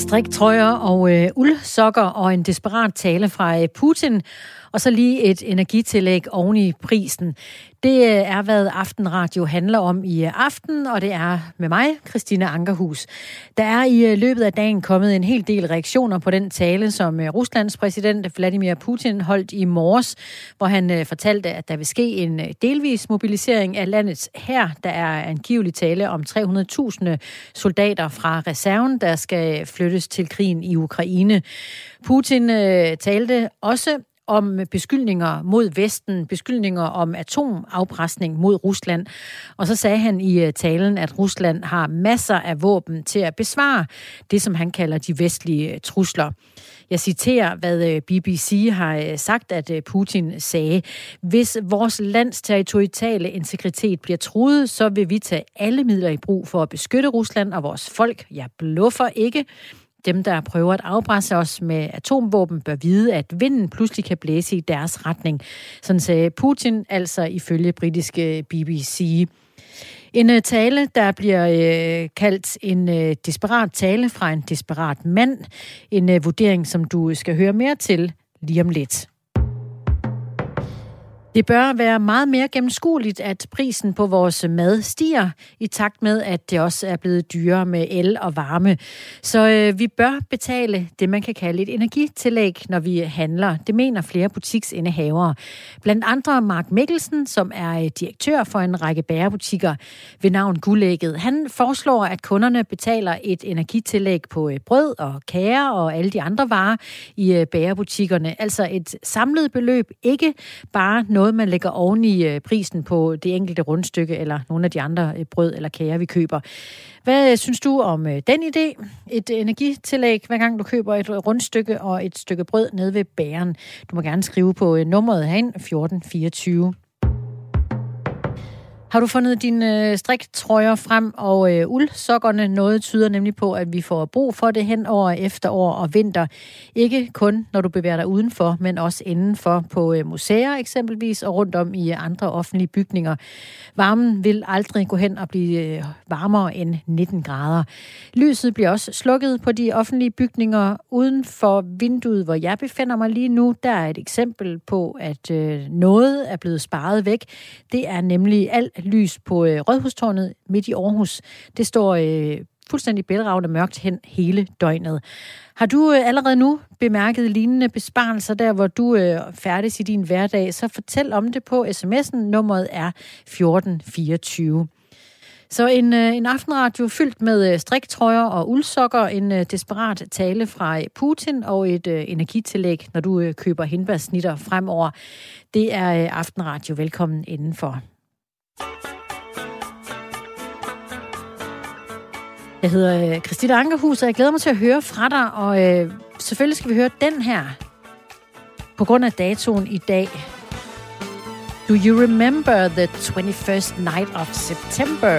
striktrøjer og uldsokker og en desperat tale fra Putin, og så lige et energitillæg oven i prisen. Det er, hvad Aftenradio handler om i aften, og det er med mig, Christine Ankerhus. Der er i løbet af dagen kommet en hel del reaktioner på den tale, som Ruslands præsident Vladimir Putin holdt i morges, hvor han fortalte, at der vil ske en delvis mobilisering af landets hær. Der er angiveligt tale om 300.000 soldater fra reserven, der skal flyttes til krigen i Ukraine. Putin talte også om beskyldninger mod Vesten, beskyldninger om atomafpresning mod Rusland. Og så sagde han i talen, at Rusland har masser af våben til at besvare det, som han kalder de vestlige trusler. Jeg citerer, hvad BBC har sagt, at Putin sagde: hvis vores lands territoriale integritet bliver truet, så vil vi tage alle midler i brug for at beskytte Rusland og vores folk. Jeg bluffer ikke. Dem, der prøver at afpresse os med atomvåben, bør vide, at vinden pludselig kan blæse i deres retning. Sådan sagde Putin, altså ifølge britiske BBC. En tale, der bliver kaldt en desperat tale fra en desperat mand. En vurdering, som du skal høre mere til lige om lidt. Det bør være meget mere gennemskueligt, at prisen på vores mad stiger, i takt med, at det også er blevet dyrere med el og varme. Så vi bør betale det, man kan kalde et energitillæg, når vi handler. Det mener flere butiksindehavere. Blandt andre Mark Mikkelsen, som er direktør for en række bagerbutikker ved navn Guldægget. Han foreslår, at kunderne betaler et energitillæg på brød og kager og alle de andre varer i bagerbutikkerne. Altså et samlet beløb, ikke bare noget, man lægger oven i prisen på det enkelte rundstykke eller nogle af de andre brød eller kager, vi køber. Hvad synes du om den idé? Et energitillæg, hver gang du køber et rundstykke og et stykke brød nede ved bageren. Du må gerne skrive på nummeret herind, 1424. Har du fundet dine striktrøjer frem og uldsokkerne? Noget tyder nemlig på, at vi får brug for det hen over efterår og vinter. Ikke kun, når du bevæger dig udenfor, men også indenfor på museer eksempelvis og rundt om i andre offentlige bygninger. Varmen vil aldrig gå hen og blive varmere end 19 grader. Lyset bliver også slukket på de offentlige bygninger. Uden for vinduet, hvor jeg befinder mig lige nu, der er et eksempel på, at noget er blevet sparet væk. Det er nemlig alt lys på Rådhustårnet midt i Aarhus. Det står fuldstændig bælragende mørkt hen hele døgnet. Har du allerede nu bemærket lignende besparelser der, hvor du færdes i din hverdag, så fortæl om det på sms'en. Nummeret er 1424. Så en aftenradio fyldt med striktrøjer og uldsokker, en desperat tale fra Putin og et energitillæg, når du køber hindbærsnitter fremover. Det er aftenradio. Velkommen indenfor. Jeg hedder Christine Ankerhus, og jeg glæder mig til at høre fra dig, og selvfølgelig skal vi høre den her, på grund af datoen i dag. Do you remember the 21st night of September?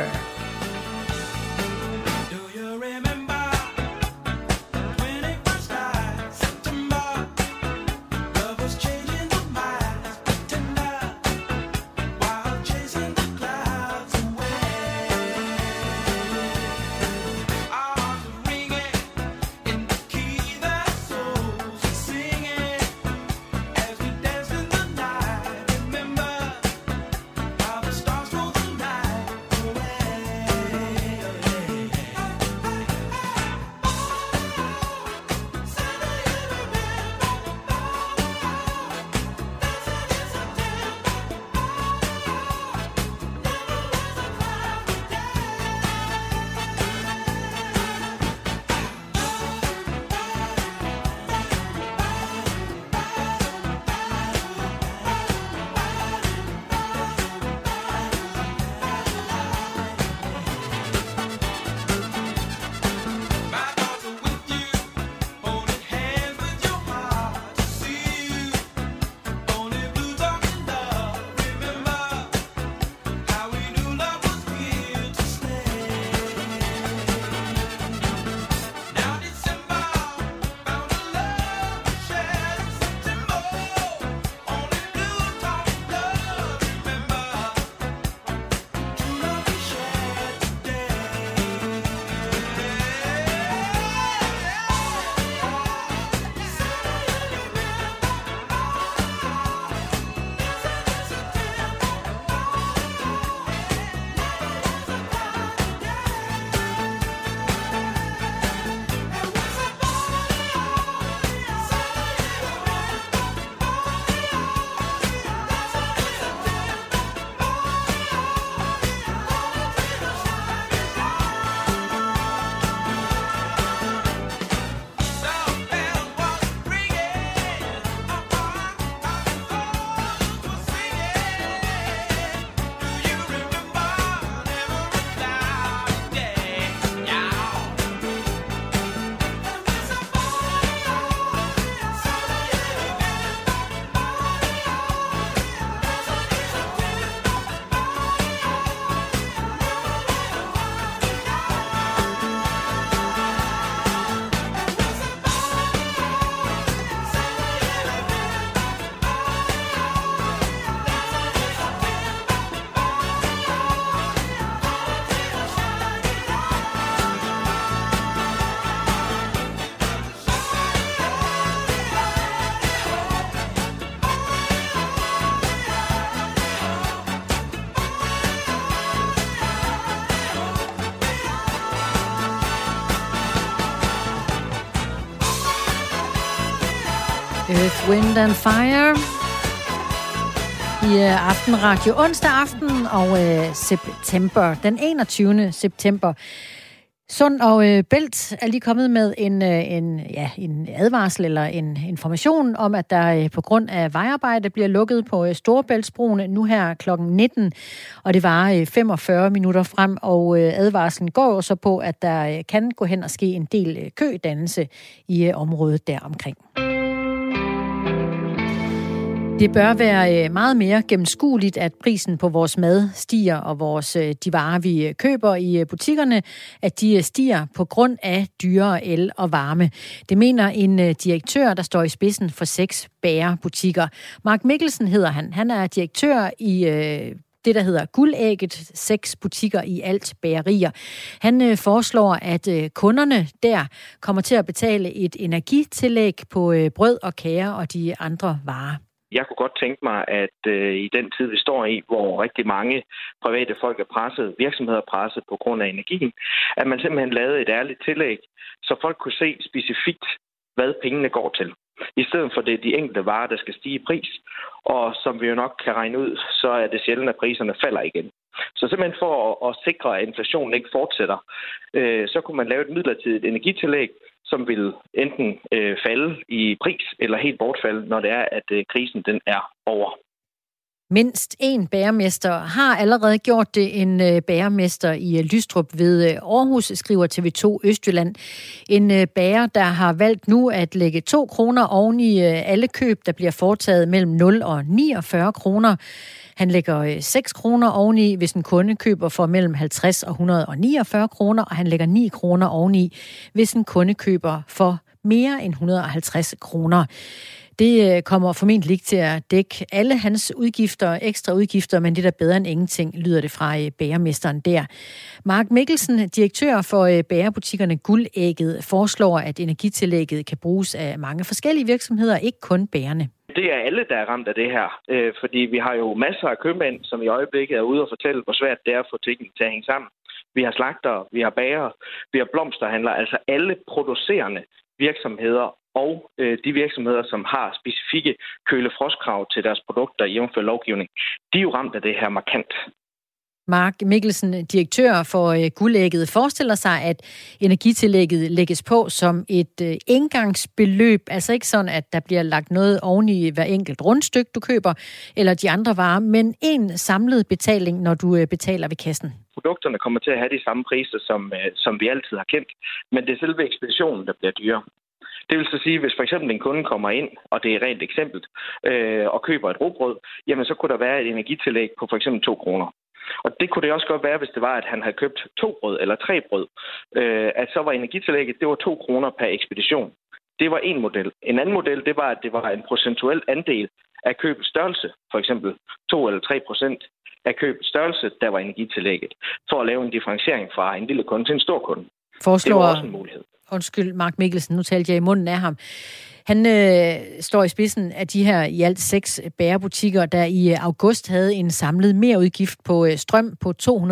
Earth, Wind and Fire i Aftenradio onsdag aften og september, den 21. september. Sund og Bælt er lige kommet med en advarsel eller en information om, at der på grund af vejarbejde bliver lukket på Storebæltsbroen nu her kl. 19, og det var 45 minutter frem, og advarslen går jo så på, at der kan gå hen og ske en del kødannelse i området deromkring. Det bør være meget mere gennemskueligt, at prisen på vores mad stiger, og de varer, vi køber i butikkerne, at de stiger på grund af dyrere el og varme. Det mener en direktør, der står i spidsen for 6 bagerbutikker. Mark Mikkelsen hedder han. Han er direktør i det, der hedder Guldægget, 6 butikker i alt bagerier. Han foreslår, at kunderne der kommer til at betale et energitillæg på brød og kager og de andre varer. Jeg kunne godt tænke mig, at i den tid, vi står i, hvor rigtig mange private folk er presset, virksomheder er presset på grund af energien, at man simpelthen lavede et ærligt tillæg, så folk kunne se specifikt, hvad pengene går til. I stedet for det de enkelte varer, der skal stige i pris. Og som vi jo nok kan regne ud, så er det sjældent, at priserne falder igen. Så simpelthen for at sikre, at inflationen ikke fortsætter, så kunne man lave et midlertidigt energitillæg, som vil enten falde i pris eller helt bortfalde, når det er, at krisen den er over. Mindst en bagermester har allerede gjort det. En bagermester i Lystrup ved Aarhus, skriver TV2 Østjylland. En bager, der har valgt nu at lægge 2 kroner oven i alle køb, der bliver foretaget mellem 0 og 49 kroner. Han lægger 6 kroner oveni, hvis en kunde køber for mellem 50 og 149 kroner, og han lægger 9 kroner oveni, hvis en kunde køber for mere end 150 kroner. Det kommer formentlig ikke til at dække alle hans udgifter, ekstra udgifter, men det er da bedre end ingenting, lyder det fra bagermesteren der. Mark Mikkelsen, direktør for bagerbutikkerne Guldægget, foreslår, at energitillægget kan bruges af mange forskellige virksomheder, ikke kun bagerne. Det er alle, der er ramt af det her, fordi vi har jo masser af købmænd, som i øjeblikket er ude og fortælle, hvor svært det er at få tingene til at hænge sammen. Vi har slagtere, vi har bagere, vi har blomsterhandlere, altså alle producerende virksomheder og de virksomheder, som har specifikke køle-frostkrav til deres produkter i jævnfør lovgivning, de er jo ramt af det her markant. Mark Mikkelsen, direktør for Guldægget, forestiller sig, at energitillægget lægges på som et engangsbeløb, altså ikke sådan, at der bliver lagt noget oveni hver enkelt rundstykke, du køber, eller de andre varer, men en samlet betaling, når du betaler ved kassen. Produkterne kommer til at have de samme priser, som vi altid har kendt, men det er selve ekspeditionen, der bliver dyrere. Det vil så sige, hvis for eksempel en kunde kommer ind, og det er rent eksempel, og køber et rugbrød, jamen så kunne der være et energitillæg på for eksempel 2 kroner. Og det kunne det også godt være, hvis det var, at han havde købt 2 brød eller 3 brød. At så var energitillægget, det var 2 kroner per ekspedition. Det var en model. En anden model, det var, at det var en procentuel andel af købets størrelse. For eksempel 2 eller 3% af købets størrelse, der var energitillægget. For at lave en differentiering fra en lille kunde til en stor kunde. Det var også en mulighed. Undskyld, Mark Mikkelsen, nu talte jeg i munden af ham. Han står i spidsen af de her i alt 6 bagerbutikker, der i august havde en samlet merudgift på strøm på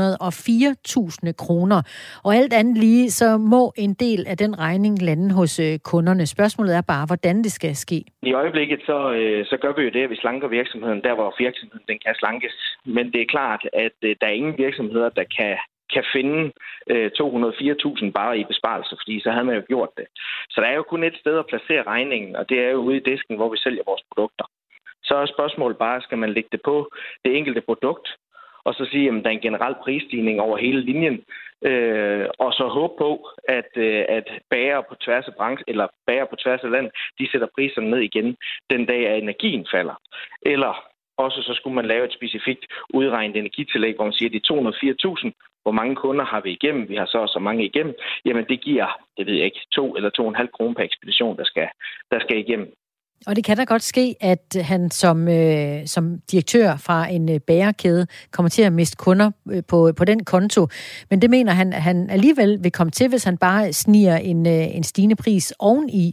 204.000 kroner. Og alt andet lige, så må en del af den regning lande hos kunderne. Spørgsmålet er bare, hvordan det skal ske. I øjeblikket så gør vi jo det, at vi slanker virksomheden der, hvor virksomheden den kan slankes. Men det er klart, at der er ingen virksomheder, der kan finde 204.000 bare i besparelse, fordi så havde man jo gjort det. Så der er jo kun et sted at placere regningen, og det er jo ude i disken, hvor vi sælger vores produkter. Så er spørgsmålet bare, skal man lægge det på det enkelte produkt, og så sige, at der er en generel prisstigning over hele linjen, og så håbe på, at bager på tværs af branche, eller bager på tværs af land, de sætter priserne ned igen den dag, at energien falder. Eller også så skulle man lave et specifikt udregnet energitillæg, hvor man siger, at de 204.000, hvor mange kunder har vi igennem, vi har så mange igennem, jamen det giver, det ved jeg ikke, 2 eller 2,5 kroner per ekspedition, der skal igennem. Og det kan da godt ske, at han som direktør fra en bagerkæde kommer til at miste kunder på den konto. Men det mener han, at han alligevel vil komme til, hvis han bare sniger en stigende pris oveni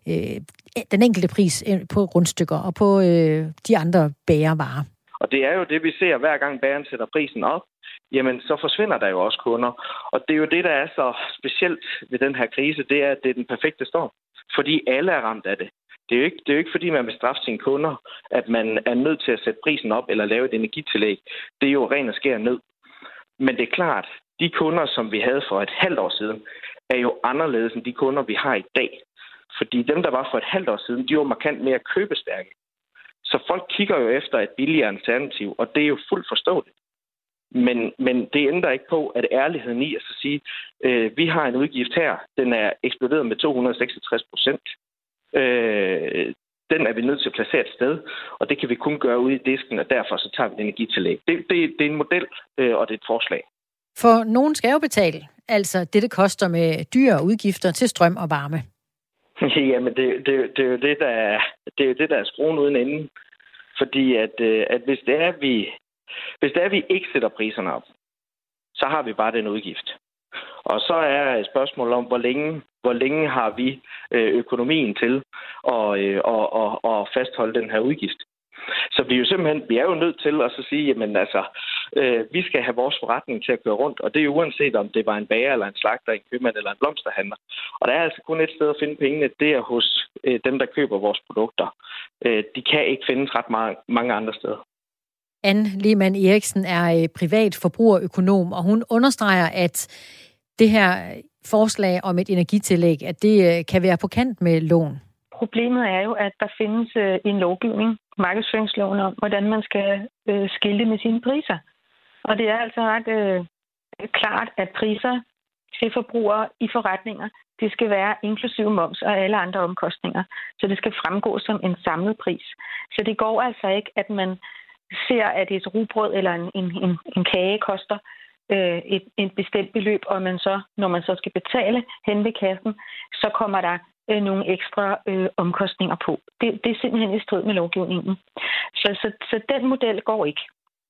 den enkelte pris på rundstykker og på de andre bagervarer. Og det er jo det, vi ser, hver gang bageren sætter prisen op, jamen så forsvinder der jo også kunder. Og det er jo det, der er så specielt ved den her krise, det er, at det er den perfekte storm. Fordi alle er ramt af det. Det er jo ikke fordi, man vil straffe sine kunder, at man er nødt til at sætte prisen op eller lave et energitillæg. Det er jo ren og skær nød. Men det er klart, de kunder, som vi havde for et halvt år siden, er jo anderledes end de kunder, vi har i dag. Fordi dem, der var for et halvt år siden, de var markant mere købestærke. Så folk kigger jo efter et billigere alternativ, og det er jo fuldt forståeligt. Men det ændrer ikke på, at ærligheden i at så sige, vi har en udgift her, den er eksploderet med 266%. Den er vi nødt til at placere et sted, og det kan vi kun gøre ude i disken, og derfor så tager vi et energitillæg. Det er en model, og det er et forslag. For nogen skal jo betale, altså det koster med dyre udgifter til strøm og varme. Jamen, det er jo det, der er skruen uden ende. Fordi at hvis det er, vi ikke sætter priserne op, så har vi bare den udgift. Og så er et spørgsmål om, hvor længe har vi økonomien til at fastholde den her udgift. Så vi er jo nødt til at så sige, jamen altså, vi skal have vores forretning til at køre rundt, og det er jo uanset om det var en bager eller en slagter, en købmand eller en blomsterhandler. Og der er altså kun et sted at finde pengene, det er hos dem, der køber vores produkter. De kan ikke findes ret mange andre steder. Anne Lehmann Eriksen er privat forbrugerøkonom, og hun understreger, at det her forslag om et energitillæg, at det kan være på kant med loven. Problemet er jo, at der findes en lovgivning, markedsføringsloven, om, hvordan man skal skilte med sine priser. Og det er altså ret klart, at priser til forbrugere i forretninger, det skal være inklusive moms og alle andre omkostninger. Så det skal fremgå som en samlet pris. Så det går altså ikke, at man ser, at et rugbrød eller en kage koster et bestemt beløb, og når man så skal betale hen ved kassen, så kommer der nogle ekstra omkostninger på. Det er simpelthen i strid med lovgivningen. Så den model går ikke.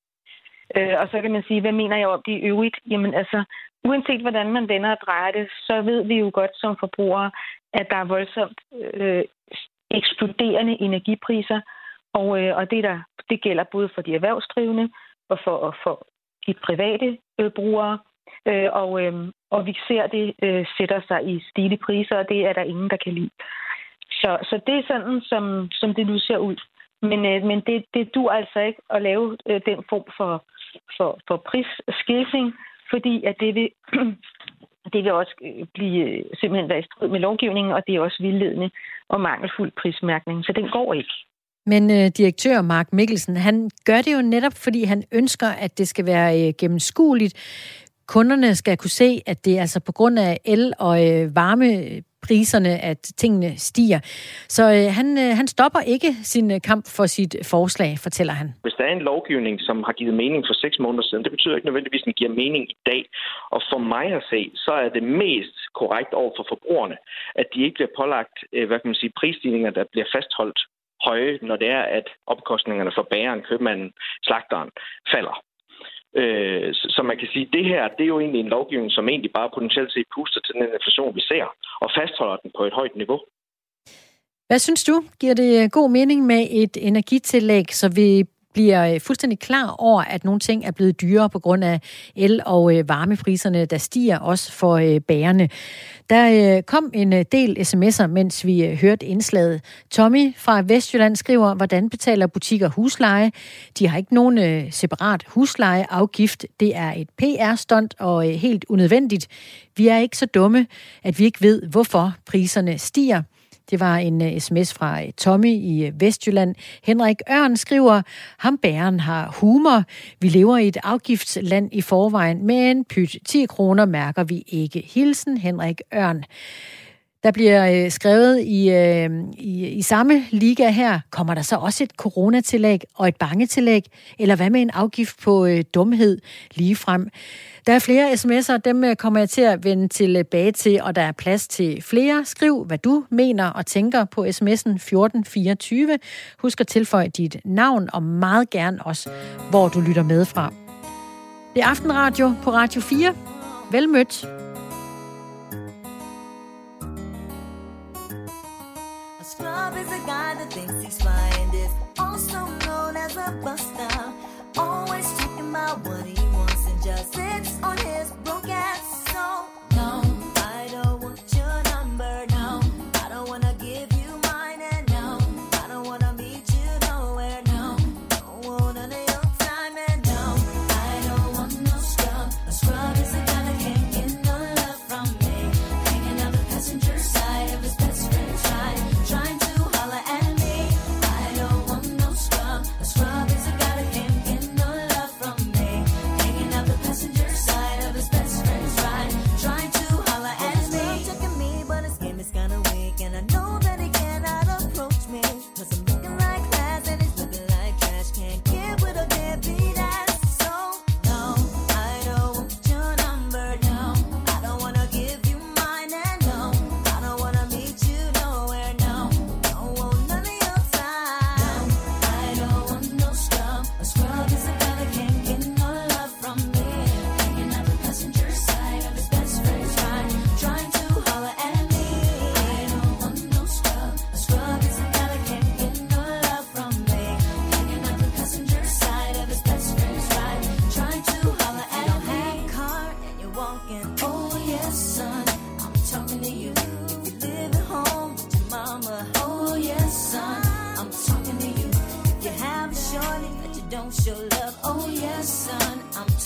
Og så kan man sige, hvad mener jeg om det i øvrigt? Jamen altså, uanset hvordan man vender og drejer det, så ved vi jo godt som forbrugere, at der er voldsomt eksploderende energipriser, og det gælder både for de erhvervsdrivende og for de private brugere. Og vi ser, det sætter sig i stigende priser, og det er der ingen, der kan lide. Så det er sådan, som det nu ser ud. Men det dur altså ikke at lave den form for prisskilting, fordi at det vil også blive simpelthen være i strid med lovgivningen, og det er også vildledende og mangelfuld prismærkning, så den går ikke. Men direktør Mark Mikkelsen, han gør det jo netop, fordi han ønsker, at det skal være gennemskueligt. Kunderne skal kunne se, at det er altså på grund af el- og varmepriserne, at tingene stiger. Så han stopper ikke sin kamp for sit forslag, fortæller han. Hvis der er en lovgivning, som har givet mening for 6 måneder siden, det betyder ikke nødvendigvis, at den giver mening i dag. Og for mig at se, så er det mest korrekt over for forbrugerne, at de ikke bliver pålagt, prisstigninger, der bliver fastholdt høje, når det er, at omkostningerne for bageren, købmanden, slagteren falder. Så man kan sige, at det her, det er jo egentlig en lovgivning, som egentlig bare potentielt set puster til den inflation, vi ser, og fastholder den på et højt niveau. Hvad synes du? Giver det god mening med et energitillæg, så vi bliver fuldstændig klar over, at nogle ting er blevet dyrere på grund af el- og varmepriserne, der stiger også for bagerne? Der kom en del sms'er, mens vi hørte indslaget. Tommy fra Vestjylland skriver, hvordan betaler butikker husleje? De har ikke nogen separat huslejeafgift. Det er et PR-stunt og helt unødvendigt. Vi er ikke så dumme, at vi ikke ved, hvorfor priserne stiger. Det var en sms fra Tommy i Vestjylland. Henrik Ørn skriver, hambæren har humor. Vi lever i et afgiftsland i forvejen, men pyt 10 kroner mærker vi ikke. Hilsen Henrik Ørn. Der bliver skrevet i samme liga her, kommer der så også et coronatillæg og et bangetillæg, eller hvad med en afgift på dumhed ligefrem? Der er flere sms'er, dem kommer jeg til at vende tilbage til, og der er plads til flere. Skriv, hvad du mener og tænker på sms'en 1424. Husk at tilføje dit navn, og meget gerne også, hvor du lytter med fra. Det er Aftenradio på Radio 4. Vel mødt. Scrub is a guy that thinks he's fine, is also known as a buster. Always talking about what he wants and just sits on his broke ass. So, no, I don't want your number, no. I don't wanna give you mine, and no,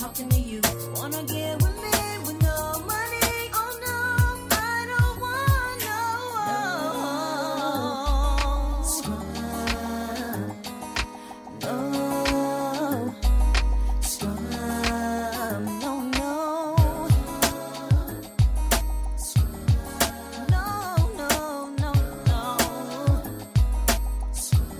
talking to you. Wanna get with me with no money? Oh no, I don't want no scrub. No scrub. No, no. Scrub. No, no, no, no. Scrub.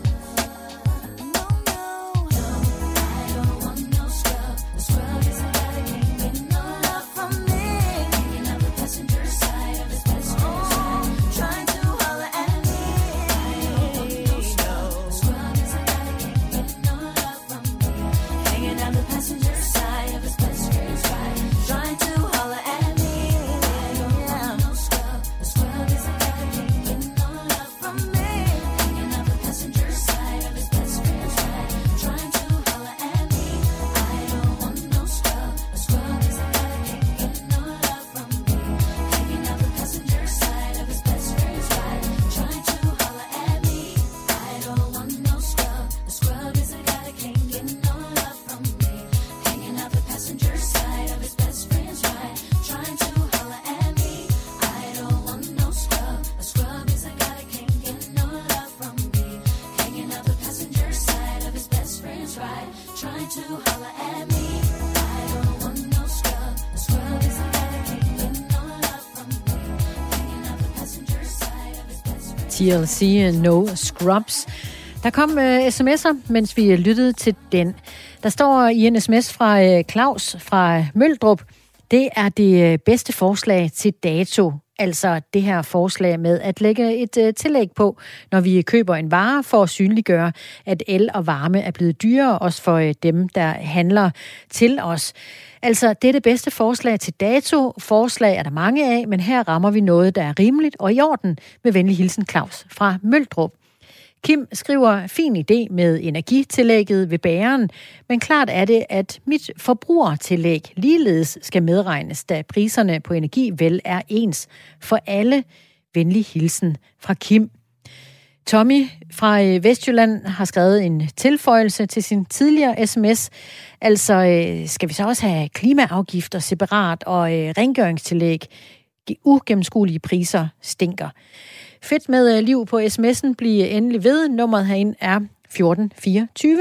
No, no. No, I don't want no scrub. A scrub is a guy that can't get no love from me. Hanging out the passenger side of his best friend's ride, trying to holler at me. I don't want no scrub. A scrub is a guy that can't get no love from me. Hanging out the passenger side of his best friend's ride, trying to holler at me. I don't want no scrub. A scrub is a guy that can't get no love from me. Hanging out the passenger side of his best friend's ride, trying to holler at me. I don't want no scrub. A scrub is a guy that can't get no love from me. Hanging out the passenger side of his best friend's ride, trying to holler at me. I don't want no scrub. A scrub is a guy that can't get no love from me. Hanging out the passenger side of his best friend's ride, trying to holler at me. I don't want no scrub. A scrub is a guy that can't get no love from me. Hanging out the passenger side of his best friend's ride, trying to holler at me. I don't want no scrub. A scrub is a guy that can't get no love from me. Hanging out the passenger side of his best friend's TLC No Scrubs. Der kom sms'er, mens vi lyttede til den. Der står i en sms fra Claus fra Møldrup: det er det bedste forslag til dato. Altså det her forslag med at lægge et tillæg på, når vi køber en vare, for at synliggøre, at el og varme er blevet dyrere, også for dem, der handler til os. Altså, det er det bedste forslag til dato. Forslag er der mange af, men her rammer vi noget, der er rimeligt og i orden. Med venlig hilsen Claus fra Møldrup. Kim skriver: fin idé med energitillægget ved bageren, men klart er det, at mit forbrugertillæg ligeledes skal medregnes, da priserne på energi vel er ens for alle. Venlig hilsen fra Kim. Tommy fra Vestjylland har skrevet en tilføjelse til sin tidligere sms. Altså, skal vi så også have klimaafgifter separat og rengøringstillæg? Ugennemskuelige priser stinker. Fedt med liv på sms'en. Bliv endelig ved. Nummeret herinde er 1424.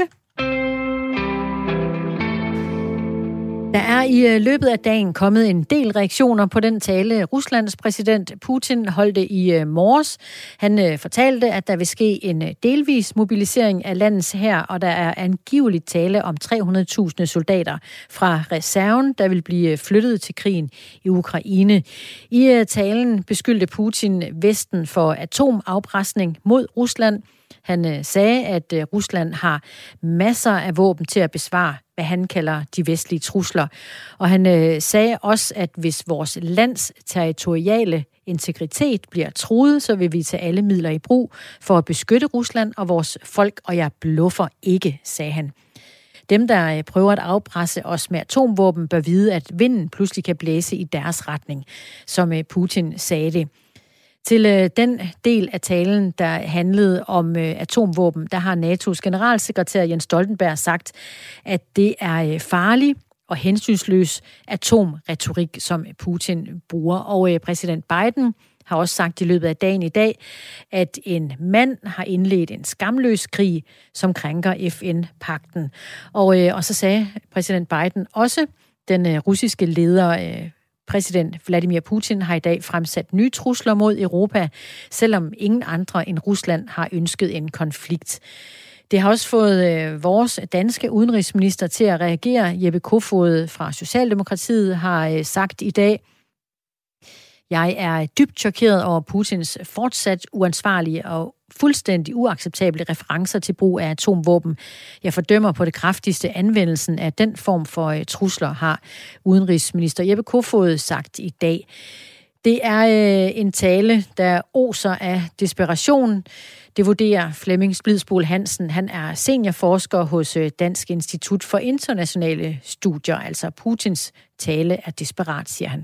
Der er i løbet af dagen kommet en del reaktioner på den tale, Ruslands præsident Putin holdte i morges. Han fortalte, at der vil ske en delvis mobilisering af landets hær, og der er angiveligt tale om 300.000 soldater fra reserven, der vil blive flyttet til krigen i Ukraine. I talen beskyldte Putin Vesten for atomafpresning mod Rusland. Han sagde, at Rusland har masser af våben til at besvare, hvad han kalder de vestlige trusler. Og han sagde også, at hvis vores lands territoriale integritet bliver truet, så vil vi tage alle midler i brug for at beskytte Rusland og vores folk, og jeg bluffer ikke, sagde han. Dem, der prøver at afpresse os med atomvåben, bør vide, at vinden pludselig kan blæse i deres retning, som Putin sagde det. Til den del af talen, der handlede om atomvåben, der har NATO's generalsekretær Jens Stoltenberg sagt, at det er farlig og hensynsløs atomretorik, som Putin bruger. Og præsident Biden har også sagt i løbet af dagen i dag, at en mand har indledt en skamløs krig, som krænker FN-pagten. Og så sagde præsident Biden også, den russiske leder præsident Vladimir Putin har i dag fremsat nye trusler mod Europa, selvom ingen andre end Rusland har ønsket en konflikt. Det har også fået vores danske udenrigsminister til at reagere. Jeppe Kofod fra Socialdemokratiet har sagt i dag: jeg er dybt chokeret over Putins fortsat uansvarlige og fuldstændig uacceptable referencer til brug af atomvåben. Jeg fordømmer på det kraftigste anvendelsen af den form for trusler, har udenrigsminister Jeppe Kofod sagt i dag. Det er en tale, der oser af desperation. Det vurderer Flemming Splidsboel Hansen. Han er seniorforsker hos Dansk Institut for Internationale Studier. Altså Putins tale er desperat, siger han.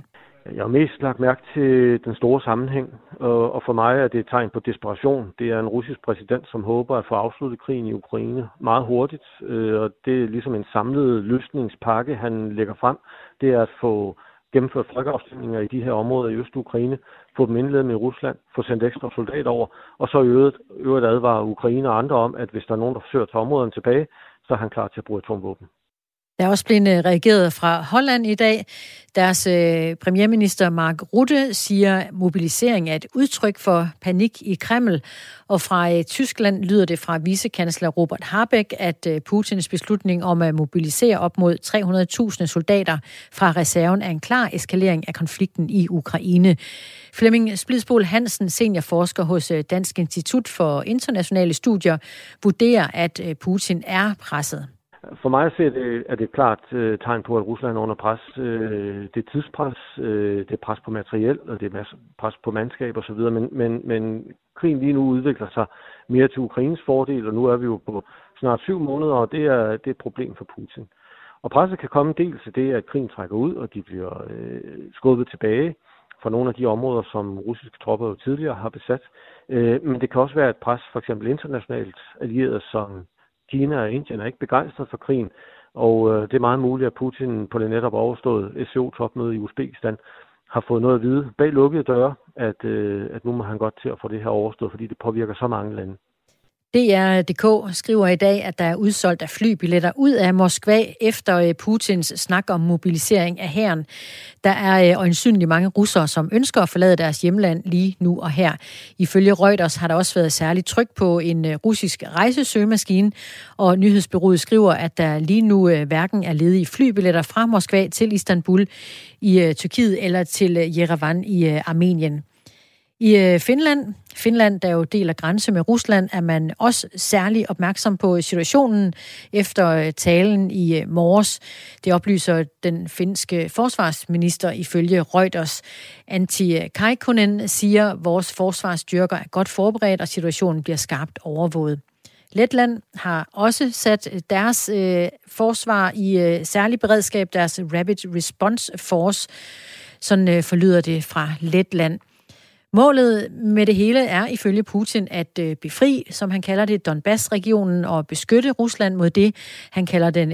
Jeg har mest lagt mærke til den store sammenhæng, og for mig er det et tegn på desperation. Det er en russisk præsident, som håber at få afsluttet krigen i Ukraine meget hurtigt, og det er ligesom en samlet løsningspakke, han lægger frem. Det er at få gennemført folkeafstemninger i de her områder i Øst-Ukraine, få dem indledet med Rusland, få sendt ekstra soldater over, og så øvrigt advare Ukraine og andre om, at hvis der er nogen, der forsøger at tage områderne tilbage, så er han klar til at bruge atomvåben. Der er også blevet reageret fra Holland i dag. Deres premierminister Mark Rutte siger, at mobilisering er et udtryk for panik i Kreml. Og fra Tyskland lyder det fra vicekansler Robert Habeck, at Putins beslutning om at mobilisere op mod 300.000 soldater fra reserven er en klar eskalering af konflikten i Ukraine. Flemming Splidsboel Hansen, seniorforsker hos Dansk Institut for Internationale Studier, vurderer, at Putin er presset. For mig er det et klart tegn på, at Rusland er under pres. Det er tidspres, det er pres på materiel, og det er pres på mandskab osv. Men krigen lige nu udvikler sig mere til Ukraines fordel, og nu er vi jo på snart 7 måneder, og det er et problem for Putin. Og presset kan komme dels til det, at krigen trækker ud, og de bliver skubbet tilbage fra nogle af de områder, som russiske tropper jo tidligere har besat. Men det kan også være et pres, for eksempel internationalt allierede som Kina og Indien er ikke begejstret for krigen, og det er meget muligt, at Putin på det netop overståede SCO-topmøde i Uzbekistan har fået noget at vide bag lukkede døre, at nu må han godt til at få det her overstået, fordi det påvirker så mange lande. DR.dk skriver i dag, at der er udsolgt af flybilletter ud af Moskva efter Putins snak om mobilisering af hæren. Der er øjensynligt mange russere, som ønsker at forlade deres hjemland lige nu og her. Ifølge Reuters har der også været særligt tryk på en russisk rejsesøgemaskine, og nyhedsbureauet skriver, at der lige nu hverken er ledige flybilletter fra Moskva til Istanbul i Tyrkiet eller til Yerevan i Armenien. I Finland, der jo deler grænse med Rusland, er man også særlig opmærksom på situationen efter talen i morges. Det oplyser den finske forsvarsminister ifølge Reuters. Antti Kaikkonen siger, at vores forsvarsstyrker er godt forberedt, og situationen bliver skarpt overvåget. Letland har også sat deres forsvar i særlig beredskab, deres Rapid Response Force. Sådan forlyder det fra Letland. Målet med det hele er ifølge Putin at befri, som han kalder det, Donbass-regionen og beskytte Rusland mod det, han kalder det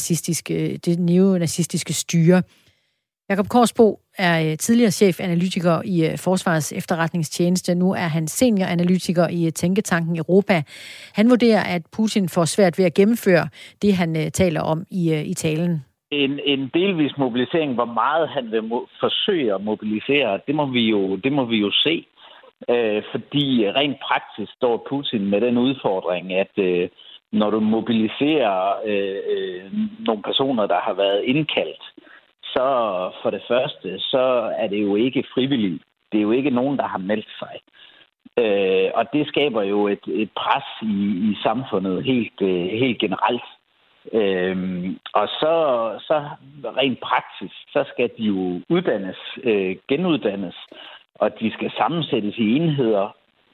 neonazistiske styre. Jakob Korsbo er tidligere chefanalytiker i Forsvarets Efterretningstjeneste. Nu er han senioranalytiker i Tænketanken Europa. Han vurderer, at Putin får svært ved at gennemføre det, han taler om i talen. En delvis mobilisering, hvor meget han vil forsøge at mobilisere, det må vi jo se. Fordi rent praktisk står Putin med den udfordring, at når du mobiliserer nogle personer, der har været indkaldt, så for det første, så er det jo ikke frivilligt. Det er jo ikke nogen, der har meldt sig. Og det skaber jo et pres i samfundet helt generelt. Og så rent praktisk, så skal de jo genuddannes, og de skal sammensættes i enheder,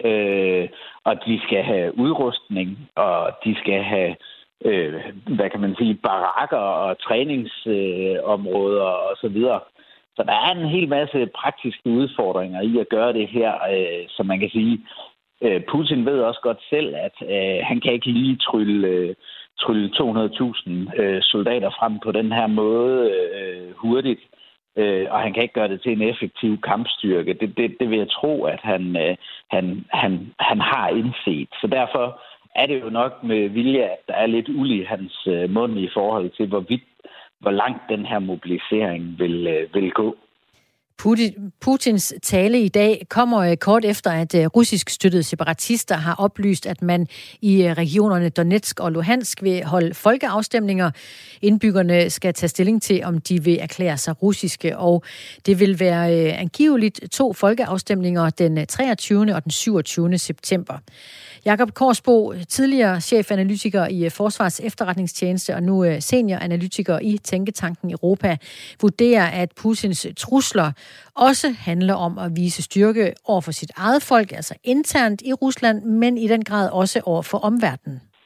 og de skal have udrustning, og de skal have, barakker og træningsområder og så videre. Så der er en hel masse praktiske udfordringer i at gøre det her, som man kan sige. Putin ved også godt selv, at han kan ikke lige trylle 200.000 soldater frem på den her måde hurtigt, og han kan ikke gøre det til en effektiv kampstyrke. Det vil jeg tro, at han har indset. Så derfor er det jo nok med vilje, at der er lidt uld i hans mund i forhold til, hvor langt den her mobilisering vil gå. Putins tale i dag kommer kort efter, at russisk støttede separatister har oplyst, at man i regionerne Donetsk og Luhansk vil holde folkeafstemninger. Indbyggerne skal tage stilling til, om de vil erklære sig russiske, og det vil være angiveligt 2 folkeafstemninger den 23. og den 27. september. Jakob Korsbo, tidligere chefanalytiker i Forsvarets Efterretningstjeneste og nu senioranalytiker i Tænketanken Europa, vurderer, at Putins trusler også handler om at vise styrke over for sit eget folk, altså internt i Rusland, men i den grad også over for omverdenen.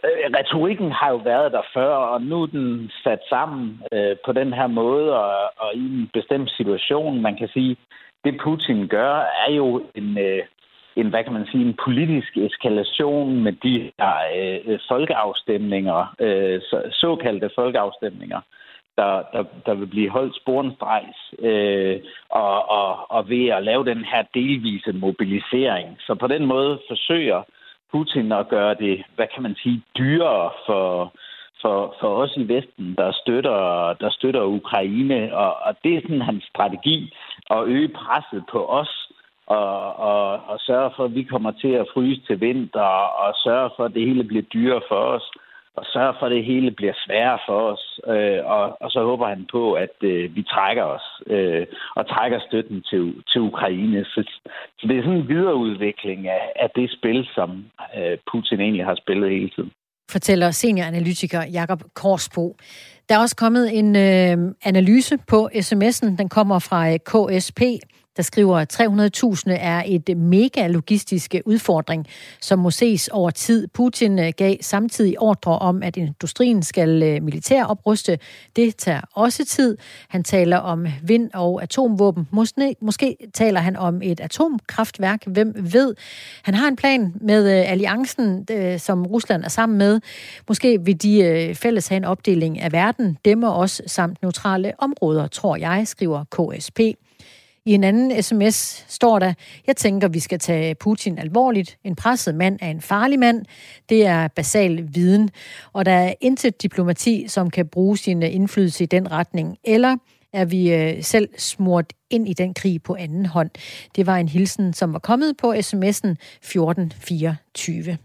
retorikken har jo været der før, og nu er den sat sammen på den her måde, og i en bestemt situation. Man kan sige, det Putin gør, er jo en hvad kan man sige, en politisk eskalation med de her folkeafstemninger, såkaldte folkeafstemninger, der vil blive holdt sporenstrejs, og ved at lave den her delvise mobilisering. Så på den måde forsøger Putin at gøre det, hvad kan man sige, dyrere for os i Vesten, der støtter Ukraine, og det er sådan hans strategi at øge presset på os, og sørge for, at vi kommer til at fryse til vinter, og sørge for, at det hele bliver dyrere for os, og sørge for, at det hele bliver sværere for os. Og så håber han på, at vi trækker os og trækker støtten til Ukraine. Så det er sådan en videreudvikling af det spil, som Putin egentlig har spillet hele tiden. Fortæller senioranalytiker Jakob Korsbo. Der er også kommet en analyse på sms'en. Den kommer fra KSP, der skriver, at 300.000 er et mega logistisk udfordring, som må ses over tid. Putin gav samtidig ordre om, at industrien skal militær opruste. Det tager også tid. Han taler om vind- og atomvåben. Måske taler han om et atomkraftværk. Hvem ved? Han har en plan med alliancen, som Rusland er sammen med. Måske vil de fælles have en opdeling af verden, dem og os samt neutrale områder, tror jeg, skriver KSP. I en anden sms står der, jeg tænker, vi skal tage Putin alvorligt. En presset mand er en farlig mand. Det er basal viden. Og der er intet diplomati, som kan bruge sin indflydelse i den retning. Eller er vi selv smurt ind i den krig på anden hånd. Det var en hilsen, som var kommet på sms'en 1424.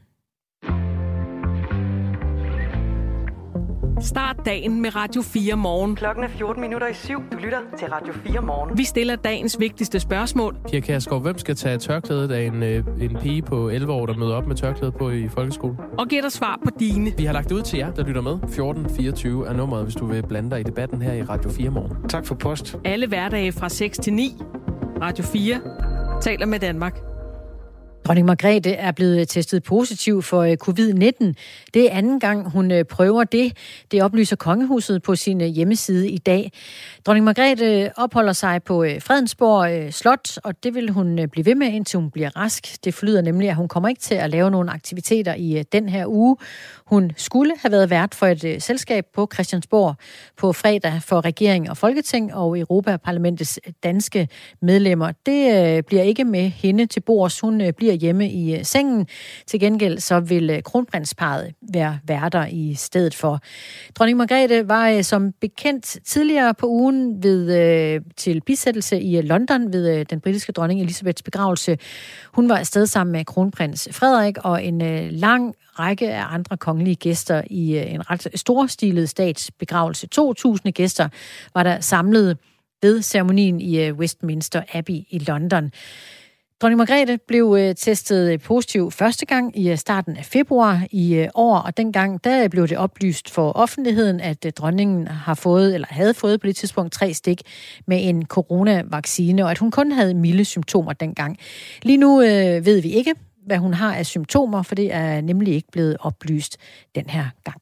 Start dagen med Radio 4 morgen. Klokken er 7:14. Du lytter til Radio 4 morgen. Vi stiller dagens vigtigste spørgsmål. Pia Kjærsgaard, hvem skal tage tørklædet af en pige på 11 år, der møder op med tørklædet på i folkeskolen? Og giver dig svar på dine. Vi har lagt det ud til jer, der lytter med. 1424 er nummeret, hvis du vil blande dig i debatten her i Radio 4 morgen. Tak for post. Alle hverdage fra 6 til 9. Radio 4 taler med Danmark. Dronning Margrethe er blevet testet positiv for covid-19. Det er anden gang, hun prøver det. Det oplyser Kongehuset på sin hjemmeside i dag. Dronning Margrethe opholder sig på Fredensborg Slot, og det vil hun blive ved med, indtil hun bliver rask. Det forlyder nemlig, at hun kommer ikke til at lave nogle aktiviteter i den her uge. Hun skulle have været vært for et selskab på Christiansborg på fredag for regering og folketing og Europaparlamentets danske medlemmer. Det bliver ikke med hende til bords. Hun bliver hjemme i sengen. Til gengæld så vil kronprinsparret være værter i stedet for. Dronning Margrethe var som bekendt tidligere på ugen til bisættelse i London ved den britiske dronning Elizabeths begravelse. Hun var afsted sammen med kronprins Frederik og en lang række af andre kongelige gæster i en ret storstilet statsbegravelse. 2.000 gæster var der samlet ved ceremonien i Westminster Abbey i London. Dronning Margrethe blev testet positiv første gang i starten af februar i år, og dengang der blev det oplyst for offentligheden, at dronningen havde fået på det tidspunkt 3 stik med en coronavaccine, og at hun kun havde milde symptomer dengang. Lige nu ved vi ikke, hvad hun har af symptomer, for det er nemlig ikke blevet oplyst den her gang.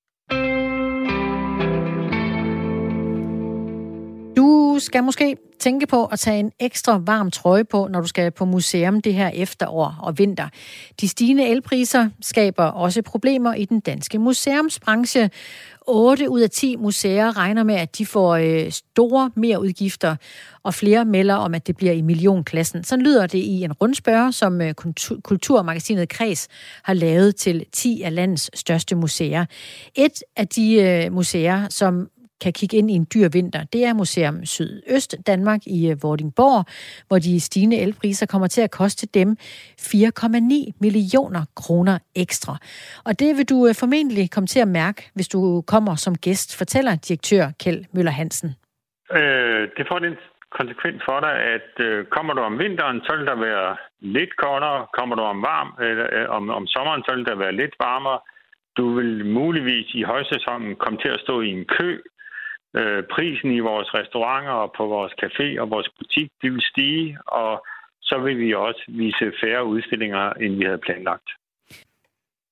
Du skal måske tænke på at tage en ekstra varm trøje på, når du skal på museum det her efterår og vinter. De stigende elpriser skaber også problemer i den danske museumsbranche. 8 ud af 10 museer regner med, at de får store merudgifter, og flere melder om, at det bliver i millionklassen. Så lyder det i en rundspørge, som Kulturmagasinet Kreds har lavet til 10 af landets største museer. Et af de museer, som kan kigge ind i en dyr vinter, det er Museum Sydøst Danmark i Vordingborg, hvor de stigende elpriser kommer til at koste dem 4,9 millioner kroner ekstra. Og det vil du formentlig komme til at mærke, hvis du kommer som gæst, fortæller direktør Kjeld Møller Hansen. Det får den konsekvens for dig, at kommer du om vinteren, så vil der være lidt koldere. Kommer du om sommeren, så vil der være lidt varmere. Du vil muligvis i højsæsonen komme til at stå i en kø. Prisen i vores restauranter og på vores café og vores butik, det vil stige, og så vil vi også vise færre udstillinger, end vi havde planlagt.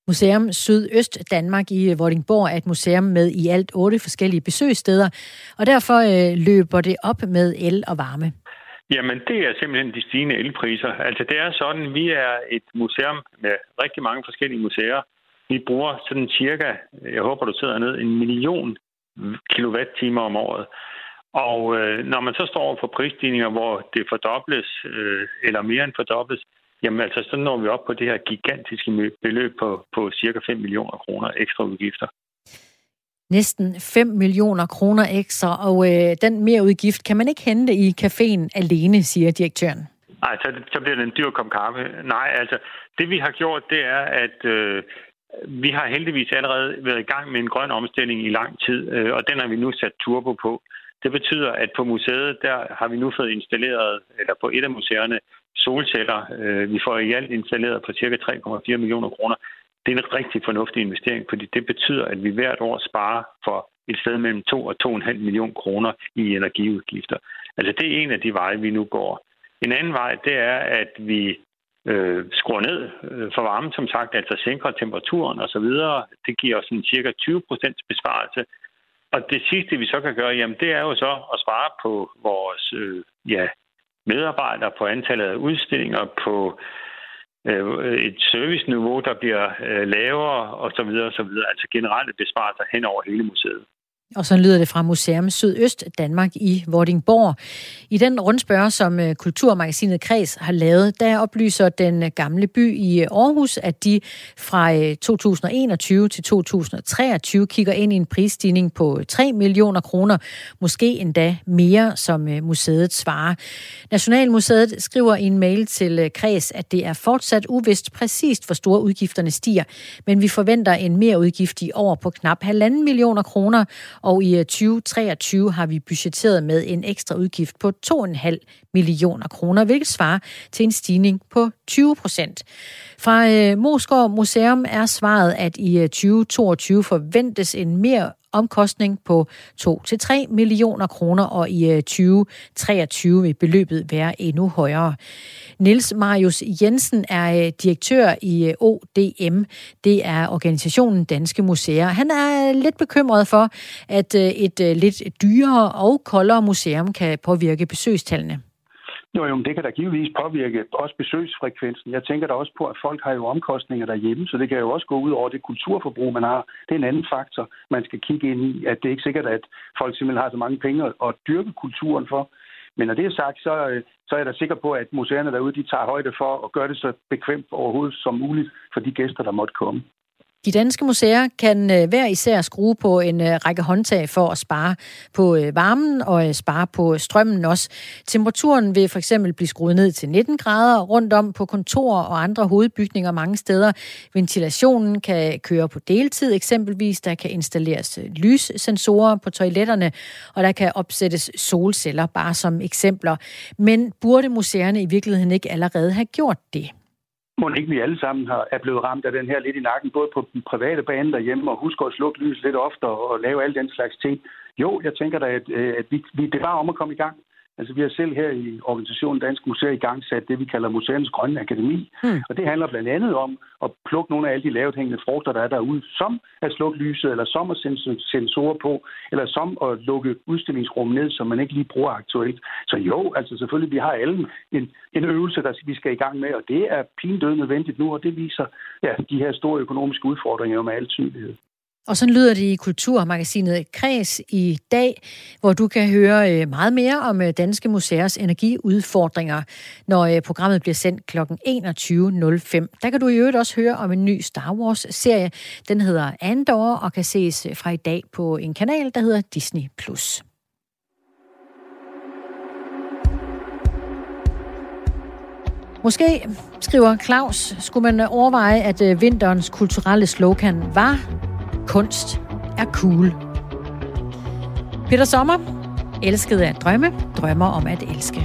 Museum Sydøst Danmark i Vordingborg er et museum med i alt 8 forskellige besøgssteder, og derfor løber det op med el og varme. Jamen, det er simpelthen de stigende elpriser. Altså, det er sådan, vi er et museum med rigtig mange forskellige museer. Vi bruger sådan cirka, jeg håber, du sidder ned, 1 million kilowatt-timer om året. Og når man så står over for prisstigninger, hvor det fordobles, eller mere end fordobles, jamen altså, så når vi op på det her gigantiske beløb på cirka 5 millioner kroner ekstra udgifter. Næsten 5 millioner kroner ekstra, og den merudgift kan man ikke hente i caféen alene, siger direktøren. Nej, så bliver det en dyr kop kaffe. Nej, altså, det vi har gjort, det er, at vi har heldigvis allerede været i gang med en grøn omstilling i lang tid, og den har vi nu sat turbo på. Det betyder, at på museet, der har vi nu fået installeret, eller på et af museerne, solceller. Vi får i alt installeret på ca. 3,4 millioner kroner. Det er en rigtig fornuftig investering, fordi det betyder, at vi hvert år sparer for et sted mellem 2 og 2,5 millioner kroner i energiudgifter. Altså det er en af de veje, vi nu går. En anden vej, det er, at vi skruer ned for varmen, som sagt, altså sænker temperaturen osv. Det giver os en cirka 20% besparelse. Og det sidste, vi så kan gøre, jamen det er jo så at spare på vores medarbejdere, på antallet af udstillinger, på et serviceniveau, der bliver lavere osv. Altså generelle besparelser hen over hele museet. Og så lyder det fra Museum Sydøst Danmark i Vordingborg. I den rundspørge, som Kulturmagasinet Kreds har lavet, der oplyser den gamle by i Aarhus, at de fra 2021 til 2023 kigger ind i en prisstigning på 3 millioner kroner, måske endda mere, som museet svarer. Nationalmuseet skriver i en mail til Kreds, at det er fortsat uvist præcist, hvor store udgifterne stiger, men vi forventer en merudgift i år på knap 1,5 millioner kroner, og i 2023 har vi budgetteret med en ekstra udgift på 2,5 millioner kroner, hvilket svarer til en stigning på 20%. Fra Moesgaard Museum er svaret, at i 2022 forventes en mere omkostning på 2-3 millioner kroner, og i 2023 vil beløbet være endnu højere. Niels Marius Jensen er direktør i ODM. Det er organisationen Danske Museer. Han er lidt bekymret for, at et lidt dyrere og koldere museum kan påvirke besøgstallene. Jo, det kan da givetvis påvirke også besøgsfrekvensen. Jeg tænker da også på, at folk har jo omkostninger derhjemme, så det kan jo også gå ud over det kulturforbrug, man har. Det er en anden faktor, man skal kigge ind i, at det er ikke sikkert, at folk simpelthen har så mange penge at dyrke kulturen for. Men når det er sagt, så er jeg da sikker på, at museerne derude, de tager højde for at gøre det så bekvemt overhovedet som muligt for de gæster, der måtte komme. De danske museer kan hver især skrue på en række håndtag for at spare på varmen og spare på strømmen også. Temperaturen vil for eksempel blive skruet ned til 19 grader rundt om på kontorer og andre hovedbygninger mange steder. Ventilationen kan køre på deltid eksempelvis. Der kan installeres lyssensorer på toiletterne, og der kan opsættes solceller bare som eksempler. Men burde museerne i virkeligheden ikke allerede have gjort det? Må ikke vi alle sammen er blevet ramt af den her lidt i nakken, både på den private bane derhjemme, og huske at slukke lys lidt oftere og lave alle den slags ting. Jo, jeg tænker da, at det var om at komme i gang. Altså, vi har selv her i organisationen Danske Museer i gang sat det, vi kalder Museernes Grønne Akademi. Og det handler blandt andet om at plukke nogle af alle de lavt hængende frugter, der er derude, som at slukke lyset, eller som at sende sensorer på, eller som at lukke udstillingsrum ned, som man ikke lige bruger aktuelt. Så jo, altså selvfølgelig, vi har alle en øvelse, der vi skal i gang med, og det er pindød nødvendigt nu, og det viser de her store økonomiske udfordringer jo med al tydelighed. Og sådan lyder det i Kulturmagasinet Kreds i dag, hvor du kan høre meget mere om Danske Museers energiudfordringer, når programmet bliver sendt kl. 21.05. Der kan du i øvrigt også høre om en ny Star Wars-serie. Den hedder Andor og kan ses fra i dag på en kanal, der hedder Disney+. Måske, skriver Claus, skulle man overveje, at vinterens kulturelle slogan var: kunst er cool. Peter Sommer, elskede at drømme, drømmer om at elske.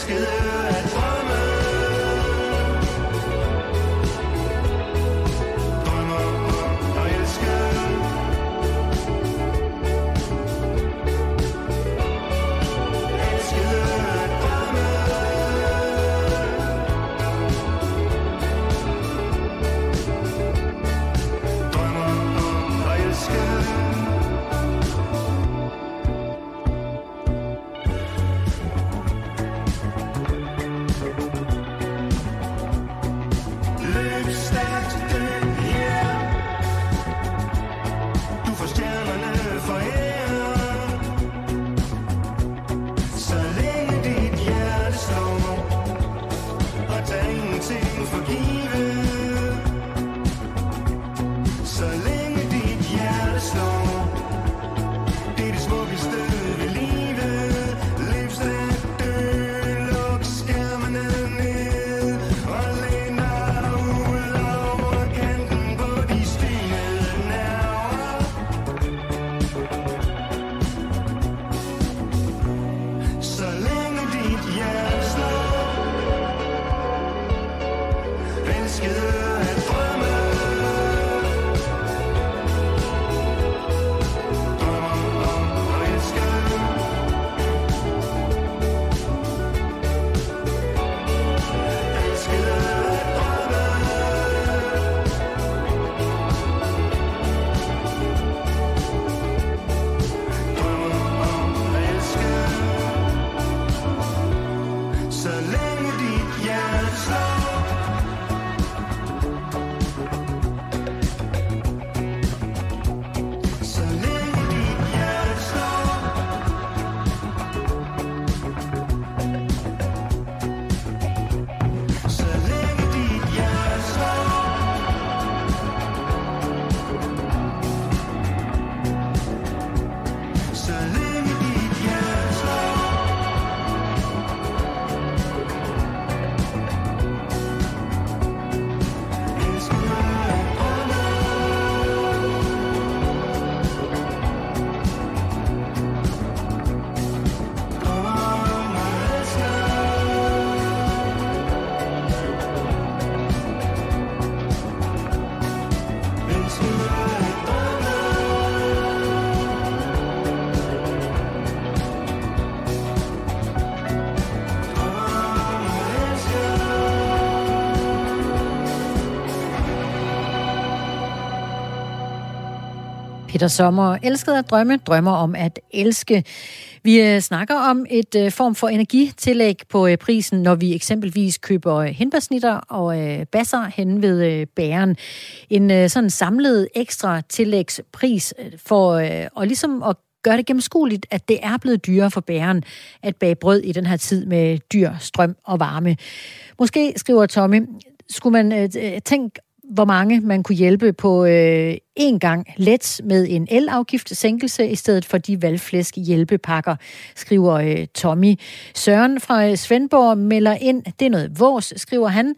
Peter Sommer elskede at drømme, drømmer om at elske. Vi snakker om et form for energitillæg på prisen, når vi eksempelvis køber hindbærsnitter og basser hen ved bageren. En sådan samlet ekstra tillægspris for og ligesom at gøre det gennemskueligt, at det er blevet dyrere for bageren at bage brød i den her tid med dyr, strøm og varme. Måske, skriver Tommy, skulle man tænke, hvor mange man kunne hjælpe på en gang let med en elafgiftsænkelse i stedet for de valgflæsk hjælpepakker, skriver Tommy. Søren fra Svendborg melder ind, det er noget vås, skriver han,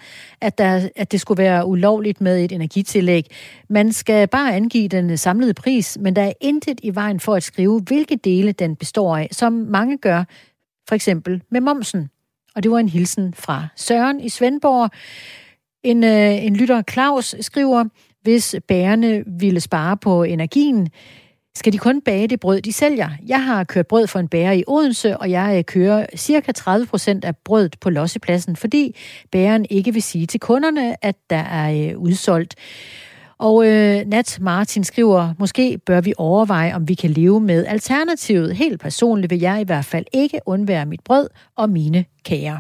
at det skulle være ulovligt med et energitillæg. Man skal bare angive den samlede pris, men der er intet i vejen for at skrive, hvilke dele den består af, som mange gør, for eksempel med momsen. Og det var en hilsen fra Søren i Svendborg. En lytter, Claus, skriver, hvis bagerne ville spare på energien, skal de kun bage det brød, de sælger. Jeg har kørt brød for en bager i Odense, og jeg kører cirka 30% af brødet på lossepladsen, fordi bageren ikke vil sige til kunderne, at der er udsolgt. Og Nat Martin skriver, måske bør vi overveje, om vi kan leve med alternativet. Helt personligt vil jeg i hvert fald ikke undvære mit brød og mine kager.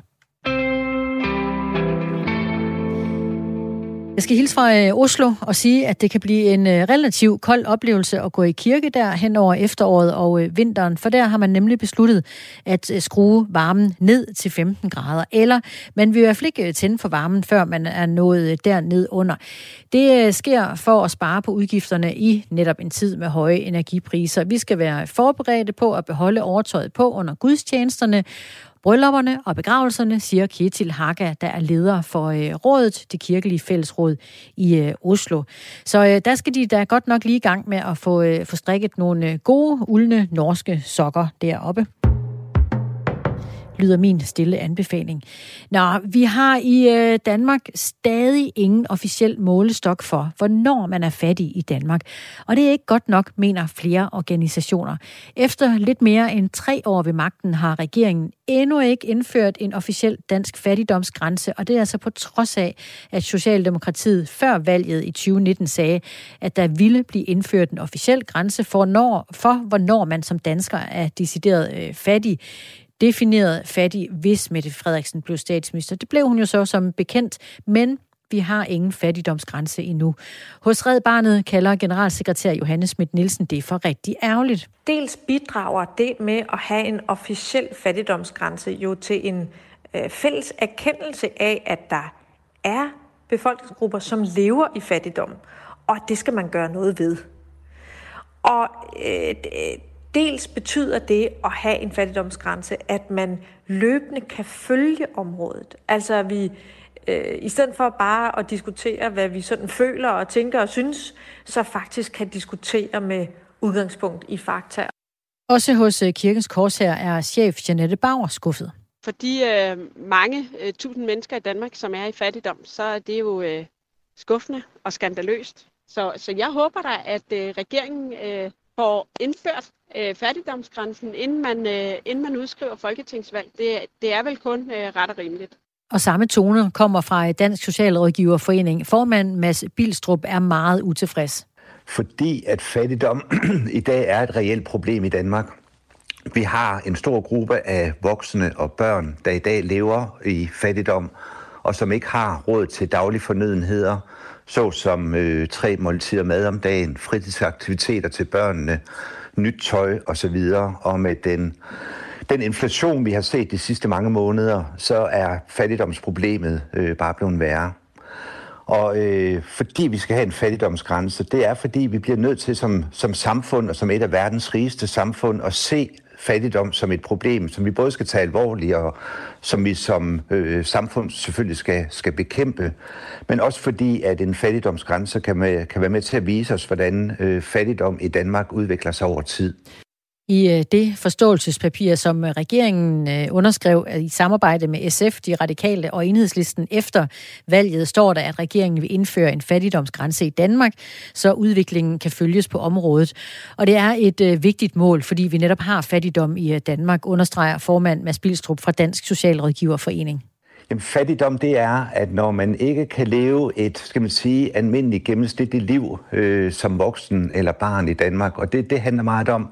Jeg skal hilse fra Oslo og sige, at det kan blive en relativt kold oplevelse at gå i kirke der hen over efteråret og vinteren, for der har man nemlig besluttet at skrue varmen ned til 15 grader, eller man vil i hvert fald ikke tænde for varmen, før man er nået derned under. Det sker for at spare på udgifterne i netop en tid med høje energipriser. Vi skal være forberedte på at beholde overtøjet på under gudstjenesterne, bryllupperne og begravelserne, siger Ketil Haga, der er leder for rådet, det kirkelige fællesråd i Oslo. Så der skal de da godt nok lige i gang med at få strikket nogle gode, uldne norske sokker deroppe. lyder min stille anbefaling. Nå, vi har i Danmark stadig ingen officiel målestok for, hvornår man er fattig i Danmark. Og det er ikke godt nok, mener flere organisationer. Efter lidt mere end 3 år ved magten har regeringen endnu ikke indført en officiel dansk fattigdomsgrænse, og det er altså på trods af, at Socialdemokratiet før valget i 2019 sagde, at der ville blive indført en officiel grænse for hvornår man som dansker er decideret fattig. Defineret fattig, hvis Mette Frederiksen blev statsminister. Det blev hun jo så som bekendt, men vi har ingen fattigdomsgrænse endnu. Hos Red Barnet kalder generalsekretær Johanne Schmidt-Nielsen det for rigtig ærgerligt. Dels bidrager det med at have en officiel fattigdomsgrænse jo til en fælles erkendelse af, at der er befolkningsgrupper, som lever i fattigdom, og det skal man gøre noget ved. Og dels betyder det at have en fattigdomsgrænse, at man løbende kan følge området. Altså at vi i stedet for bare at diskutere, hvad vi sådan føler og tænker og synes, så faktisk kan diskutere med udgangspunkt i fakta. Også hos Kirkens Korshær er chef Jeanette Bauer skuffet. For de mange tusind mennesker i Danmark, som er i fattigdom, så er det jo skuffende og skandaløst. Så jeg håber da, at regeringen får indført fattigdomsgrænsen, inden man udskriver folketingsvalg. Det er vel kun ret og rimeligt. Og samme tone kommer fra Dansk Socialrådgiverforening. Formand Mads Bilstrup er meget utilfreds. Fordi at fattigdom i dag er et reelt problem i Danmark. Vi har en stor gruppe af voksne og børn, der i dag lever i fattigdom, og som ikke har råd til daglige fornødenheder, såsom 3 måltider mad om dagen, fritidsaktiviteter til børnene, nyt tøj osv. Og med den inflation, vi har set de sidste mange måneder, så er fattigdomsproblemet bare blevet værre. Og fordi vi skal have en fattigdomsgrænse, det er fordi vi bliver nødt til som samfund og som et af verdens rigeste samfund at se fattigdom som et problem, som vi både skal tage alvorligt og som vi som samfund selvfølgelig skal bekæmpe, men også fordi at en fattigdomsgrænse kan være med til at vise os, hvordan fattigdom i Danmark udvikler sig over tid. I det forståelsespapir, som regeringen underskrev i samarbejde med SF, De Radikale og Enhedslisten efter valget, står der, at regeringen vil indføre en fattigdomsgrænse i Danmark, så udviklingen kan følges på området. Og det er et vigtigt mål, fordi vi netop har fattigdom i Danmark, understreger formand Mads Bilstrup fra Dansk Socialrådgiverforening. Jamen, fattigdom, det er, at når man ikke kan leve et, almindeligt gennemsnitligt liv som voksen eller barn i Danmark, og det handler meget om,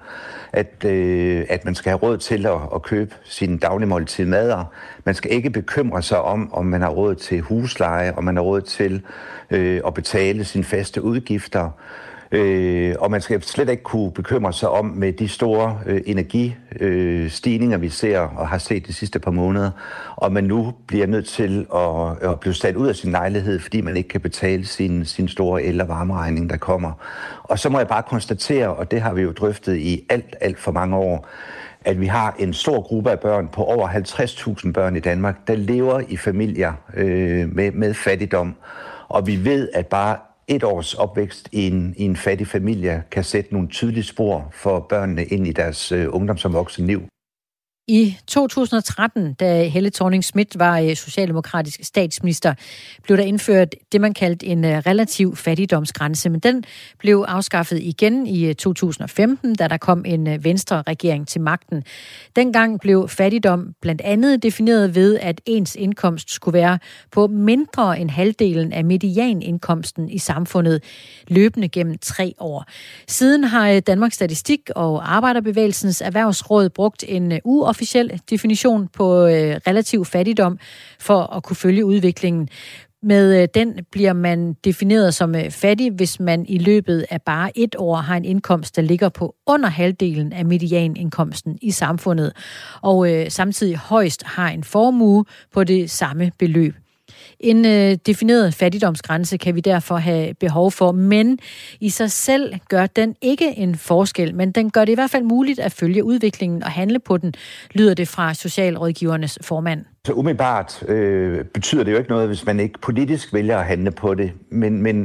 at man skal have råd til at købe sin daglige måltid mad. Man skal ikke bekymre sig om man har råd til husleje, om man har råd til at betale sine faste udgifter. Og man skal slet ikke kunne bekymre sig om med de store energistigninger, vi ser og har set de sidste par måneder, og man nu bliver nødt til at blive sat ud af sin lejlighed, fordi man ikke kan betale sin store el- og varmeregning, der kommer. Og så må jeg bare konstatere, og det har vi jo drøftet i alt for mange år, at vi har en stor gruppe af børn på over 50.000 børn i Danmark, der lever i familier med fattigdom. Og vi ved, at bare 1 års opvækst i en fattig familie kan sætte nogle tydelige spor for børnene ind i deres ungdoms- og voksenliv. I 2013, da Helle Thorning-Schmidt var socialdemokratisk statsminister, blev der indført det, man kaldte en relativ fattigdomsgrænse, men den blev afskaffet igen i 2015, da der kom en Venstre-regering til magten. Dengang blev fattigdom blandt andet defineret ved, at ens indkomst skulle være på mindre end halvdelen af medianindkomsten i samfundet, løbende gennem 3 år. Siden har Danmarks Statistik og Arbejderbevægelsens Erhvervsråd brugt en uofficiel definition på relativ fattigdom for at kunne følge udviklingen. Med den bliver man defineret som fattig, hvis man i løbet af bare 1 år har en indkomst, der ligger på under halvdelen af medianindkomsten i samfundet, og samtidig højst har en formue på det samme beløb. En defineret fattigdomsgrænse kan vi derfor have behov for, men i sig selv gør den ikke en forskel, men den gør det i hvert fald muligt at følge udviklingen og handle på den, lyder det fra socialrådgivernes formand. Så umiddelbart betyder det jo ikke noget, hvis man ikke politisk vælger at handle på det, men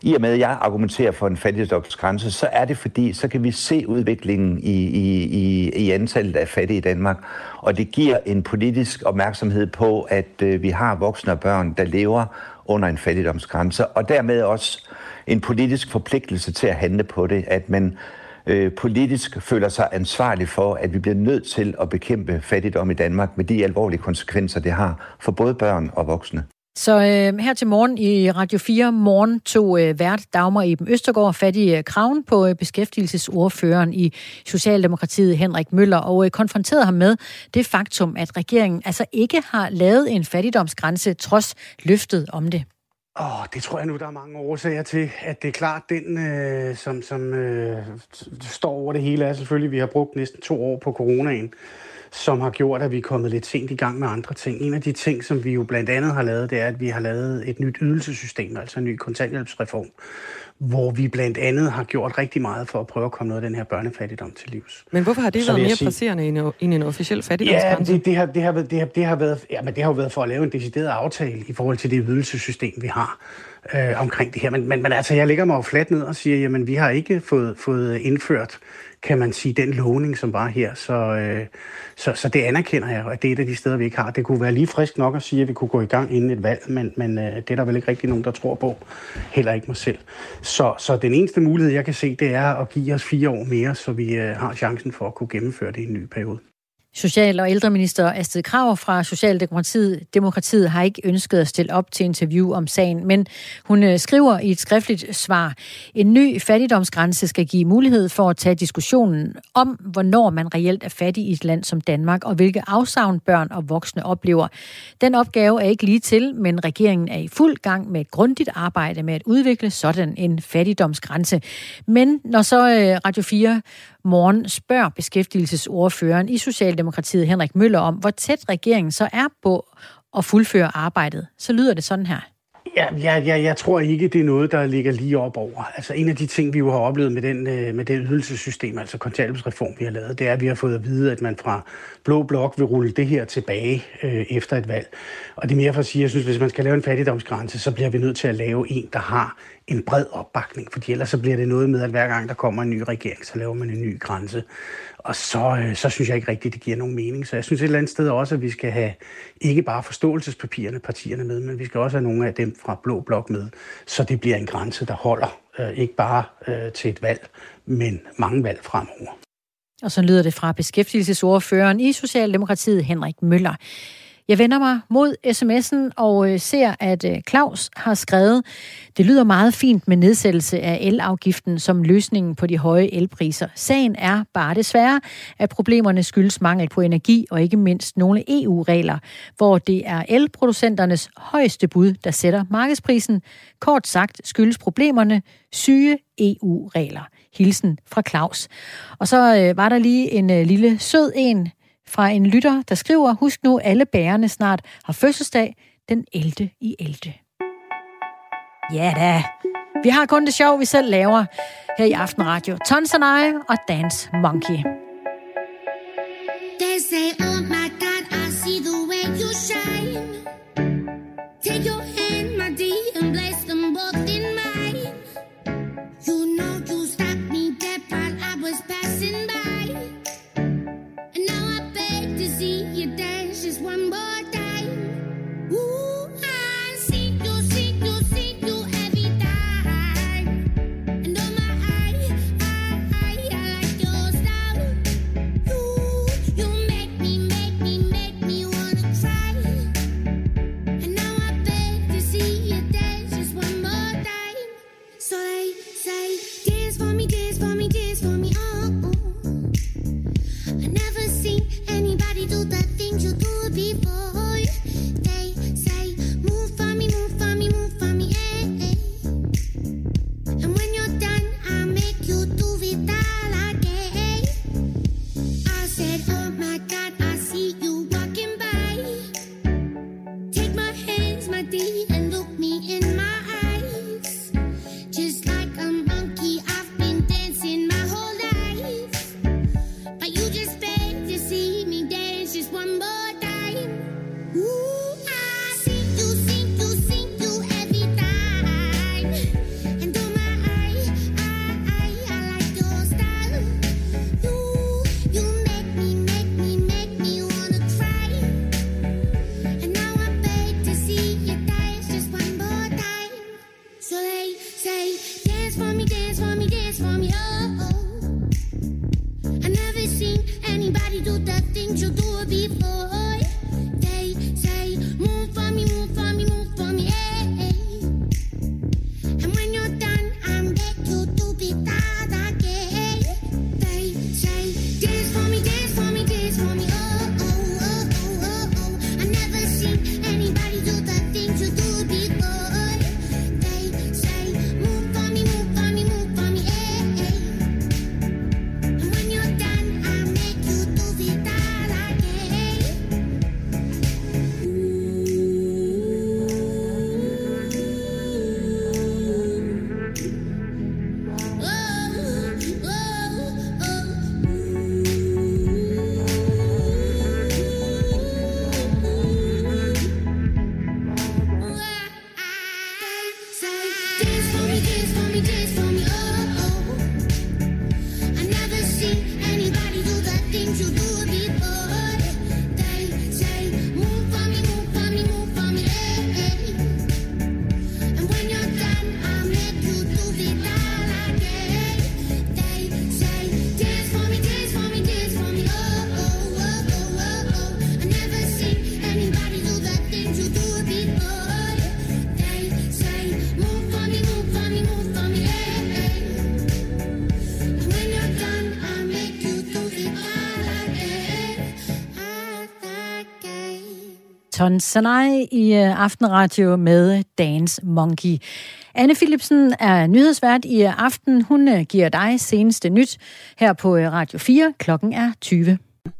i og med, at jeg argumenterer for en fattigdomsgrænse, så er det fordi, så kan vi se udviklingen i antallet af fattige i Danmark. Og det giver en politisk opmærksomhed på, at vi har voksne og børn, der lever under en fattigdomsgrænse. Og dermed også en politisk forpligtelse til at handle på det, at man politisk føler sig ansvarlig for, at vi bliver nødt til at bekæmpe fattigdom i Danmark med de alvorlige konsekvenser, det har for både børn og voksne. Så her til morgen i Radio 4 Morgen tog vært Dagmar Eben Østergaard fat i kraven på beskæftigelsesordføreren i Socialdemokratiet Henrik Møller og konfronterede ham med det faktum, at regeringen altså ikke har lavet en fattigdomsgrænse trods løftet om det. Det tror jeg nu, der er mange årsager til, at det er klart, den som står over det hele er selvfølgelig, vi har brugt næsten 2 år på coronaen, som har gjort, at vi er kommet lidt sent i gang med andre ting. En af de ting, som vi jo blandt andet har lavet, det er, at vi har lavet et nyt ydelsessystem, altså en ny kontanthjælpsreform, hvor vi blandt andet har gjort rigtig meget for at prøve at komme noget af den her børnefattigdom til livs. Men hvorfor har det været mere presserende end en officiel fattigdomsgrænse? Ja, det har jo været for at lave en decideret aftale i forhold til det ydelsessystem, vi har omkring det her. Men altså, jeg lægger mig jo fladt ned og siger, jamen, vi har ikke fået indført, kan man sige, den lovning, som var her. Så det anerkender jeg, at det er et af de steder, vi ikke har. Det kunne være lige frisk nok at sige, at vi kunne gå i gang inden et valg, men det er der vel ikke rigtig nogen, der tror på. Heller ikke mig selv. Så den eneste mulighed, jeg kan se, det er at give os 4 år mere, så vi har chancen for at kunne gennemføre det i en ny periode. Social- og ældreminister Astrid Krag fra Socialdemokratiet har ikke ønsket at stille op til interview om sagen, men hun skriver i et skriftligt svar, en ny fattigdomsgrænse skal give mulighed for at tage diskussionen om, hvornår man reelt er fattig i et land som Danmark, og hvilke afsavn børn og voksne oplever. Den opgave er ikke lige til, men regeringen er i fuld gang med et grundigt arbejde med at udvikle sådan en fattigdomsgrænse. Men når så Radio 4 Morgen spørger beskæftigelsesordføreren i Socialdemokratiet Henrik Møller om, hvor tæt regeringen så er på at fuldføre arbejdet, så lyder det sådan her. Jeg tror ikke, det er noget, der ligger lige op over. Altså en af de ting, vi jo har oplevet med det ydelsessystem, altså kontanthjælpsreform, vi har lavet, det er, at vi har fået at vide, at man fra Blå Blok vil rulle det her tilbage efter et valg. Og det er mere for at sige, at jeg synes, hvis man skal lave en fattigdomsgrænse, så bliver vi nødt til at lave en, der har en bred opbakning. Fordi ellers så bliver det noget med, at hver gang der kommer en ny regering, så laver man en ny grænse. Og så synes jeg ikke rigtigt, det giver nogen mening. Så jeg synes et eller andet sted også, at vi skal have ikke bare forståelsespapirerne, partierne med, men vi skal også have nogle af dem fra Blå Blok med, så det bliver en grænse, der holder ikke bare til et valg, men mange valg fremover. Og så lyder det fra beskæftigelsesordføreren i Socialdemokratiet Henrik Møller. Jeg vender mig mod sms'en og ser, at Claus har skrevet, det lyder meget fint med nedsættelse af elafgiften som løsningen på de høje elpriser. Sagen er bare desværre, at problemerne skyldes mangel på energi og ikke mindst nogle EU-regler, hvor det er elproducenternes højeste bud, der sætter markedsprisen. Kort sagt skyldes problemerne syge EU-regler. Hilsen fra Claus. Og så var der lige en lille sød en fra en lytter, der skriver, husk nu, alle bærerne snart har fødselsdag den 11.11. Ja da, vi har kun det sjov, vi selv laver her i Aftenradio. Tons and I og Dance Monkey. They say, oh my God, I see the way you shine. Take your hand, my dear, and place them both in mine. You know you stopped me dead while I was passing by. See you dance just one more time. Ooh, I see you every time. And oh my, I like your style. You make me wanna cry. And now I beg to see you dance just one more time. So they say, dance for me, dance for me, dance for me, oh. I never seen anybody do the things you do before. They say, move for me, move for me, move for me, eh, eh. And when you're done, I'll make you do it all again. I said, oh my God, I see you walking by. Take my hands, my dear, and look me in my eyes. Just like a monkey, I've been dancing my whole life. But you just beg to see me dance just one more time. Ooh, I see you every time. And seen anybody do the things you do before. They say, move for me, move for me, move for me, hey, hey. And when you're done, I'm back to do it that again. They say, dance for me, dance for me, dance for me, oh, oh, oh, oh, oh, oh. I never seen anybody do the things you do before. They say, move for me, move for me, move for me, hey, hey. And when you're done, I'll make you do it that again. Dance for me, dance for me, dance for me, oh, oh. I never seen anybody do the things you do before. They say, move for me, move for me, move for me, hey, hey. And when you're done, I'll make you do it all again. They say, dance for me, dance for me, dance for me, oh, oh, oh, oh, oh, oh. I never seen anybody do the things you do before. They say, move for me, move for me, move for me, hey, hey. And when you're done, I'll make you do it all again. Tonsanai i Aftenradio med Dance Monkey. Anne Philipsen er nyhedsvært i aften. Hun giver dig seneste nyt her på Radio 4. Klokken er 20.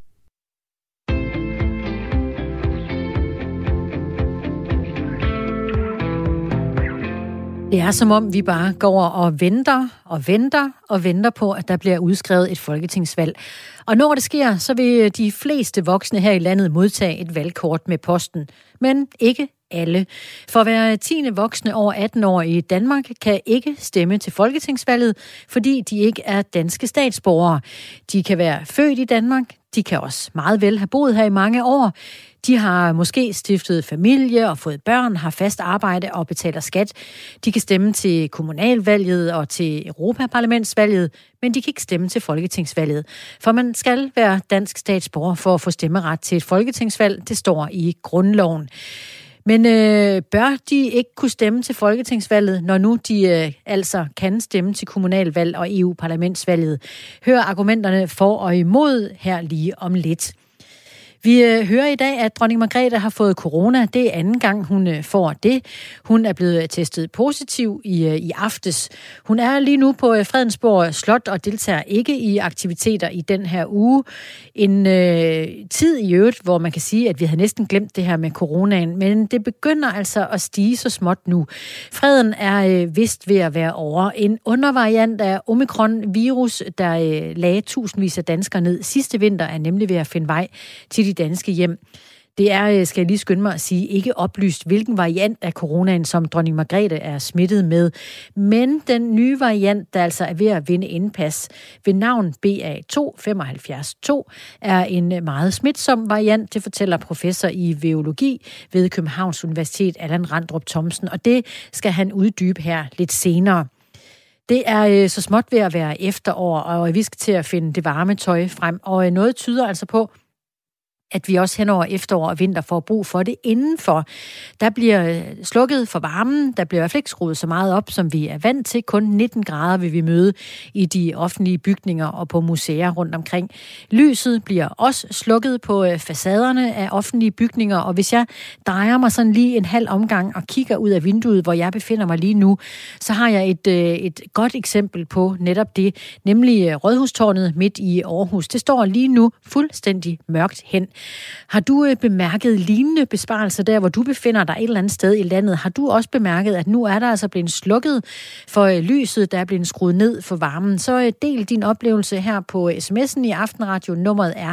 Det er som om, vi bare går og venter og venter og venter på, at der bliver udskrevet et folketingsvalg. Og når det sker, så vil de fleste voksne her i landet modtage et valgkort med posten. Men ikke alle. For hver 10. voksne over 18 år i Danmark kan ikke stemme til folketingsvalget, fordi de ikke er danske statsborgere. De kan være født i Danmark. De kan også meget vel have boet her i mange år. De har måske stiftet familie og fået børn, har fast arbejde og betaler skat. De kan stemme til kommunalvalget og til Europaparlamentsvalget, men de kan ikke stemme til folketingsvalget. For man skal være dansk statsborger for at få stemmeret til et folketingsvalg. Det står i grundloven. Men bør de ikke kunne stemme til folketingsvalget, når nu de altså kan stemme til kommunalvalg og EU-parlamentsvalget? Hør argumenterne for og imod her lige om lidt. Vi hører i dag, at dronning Margrethe har fået corona. Det er anden gang, hun får det. Hun er blevet testet positiv i aftes. Hun er lige nu på Fredensborg Slot og deltager ikke i aktiviteter i den her uge. En tid i øvrigt, hvor man kan sige, at vi havde næsten glemt det her med coronaen, men det begynder altså at stige så småt nu. Freden er vist ved at være over. En undervariant af Omikron-virus, der lagde tusindvis af danskere ned sidste vinter, er nemlig ved at finde vej til de danske hjem. Det er, skal jeg lige skynde mig at sige, ikke oplyst, hvilken variant af coronaen, som dronning Margrethe er smittet med. Men den nye variant, der altså er ved at vinde indpas ved navn BA2-75-2, er en meget smitsom variant. Det fortæller professor i virologi ved Københavns Universitet, Allan Randrup Thomsen, og det skal han uddybe her lidt senere. Det er så småt ved at være efterår, og vi skal til at finde det varme tøj frem, og noget tyder altså på, at vi også hen over efterår og vinter får brug for det indenfor. Der bliver slukket for varmen, der bliver i hvert fald ikke skruet så meget op, som vi er vant til. Kun 19 grader vil vi møde i de offentlige bygninger og på museer rundt omkring. Lyset bliver også slukket på facaderne af offentlige bygninger, og hvis jeg drejer mig sådan lige en halv omgang og kigger ud af vinduet, hvor jeg befinder mig lige nu, så har jeg et godt eksempel på netop det, nemlig Rådhustårnet midt i Aarhus. Det står lige nu fuldstændig mørkt hen. Har du bemærket lignende besparelser der, hvor du befinder dig et eller andet sted i landet? Har du også bemærket, at nu er der altså blevet slukket for lyset, der er blevet skruet ned for varmen? Så del din oplevelse her på sms'en i Aftenradio. Nummeret er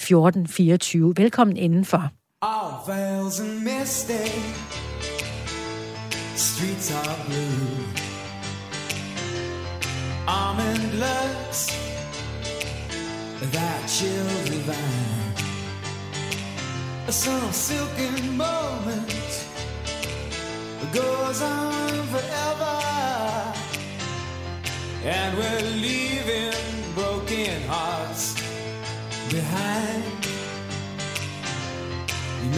1424. Velkommen indenfor. All veils and misty, streets are blue, almond looks, that chill divine. Some silken moment goes on forever, and we're leaving broken hearts behind. You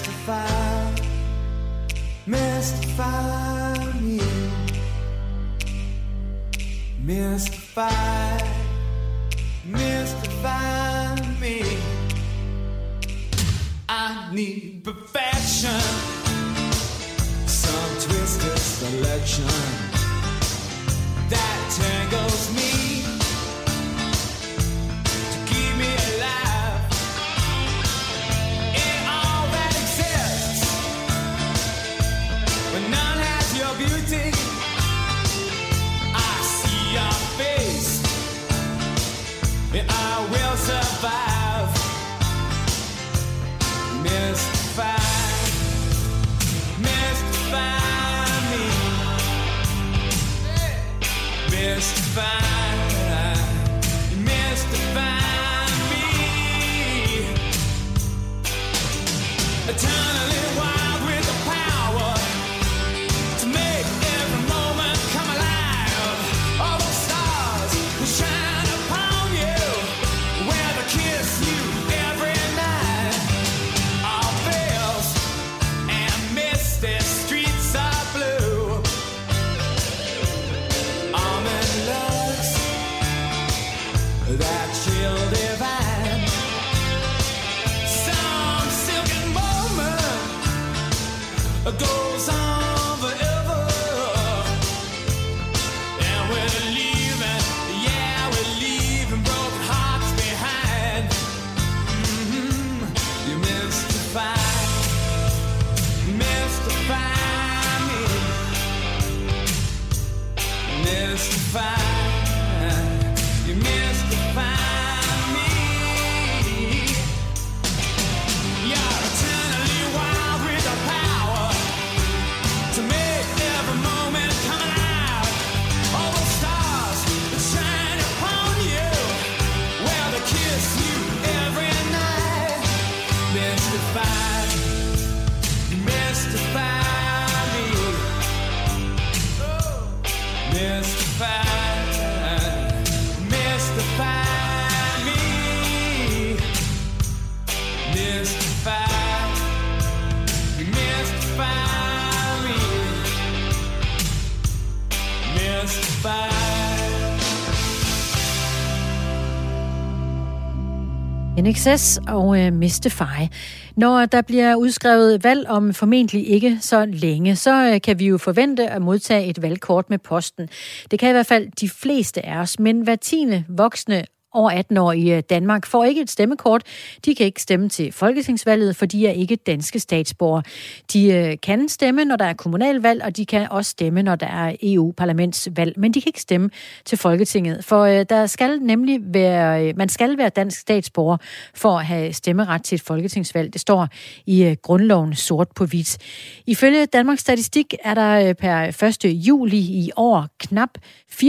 mystify me. Mystify me. I need perfection, some twisted selection that tangles me to keep me alive in all that exists, but none has your beauty. I see your face and I will survive. Mystify me. Mystify me. Eternally wild with the power to make every moment come alive. All those stars who shine upon you, where they kiss you every night. All veils and misty streets are blue. Almond looks, that chill divine. Some silken moment goes on forever. And we're leaving, yeah, we're leaving broken hearts behind. You mystify me. Mystify. You mystify me. You're eternally wild with the power to make every moment come alive. All the stars that shine upon you, where they kiss you every night. Mystify me. Mystify. NXS og Mystify. Når der bliver udskrevet valg om formentlig ikke så længe, så kan vi jo forvente at modtage et valgkort med posten. Det kan i hvert fald de fleste af os, men hver 10. voksne over 18 år i Danmark får ikke et stemmekort. De kan ikke stemme til folketingsvalget, for de er ikke danske statsborgere. De kan stemme, når der er kommunalvalg, og de kan også stemme, når der er EU-parlamentsvalg. Men de kan ikke stemme til Folketinget, for der skal nemlig man skal være dansk statsborger for at have stemmeret til et folketingsvalg. Det står i grundloven sort på hvidt. Ifølge Danmarks Statistik er der per 1. juli i år knap 491.000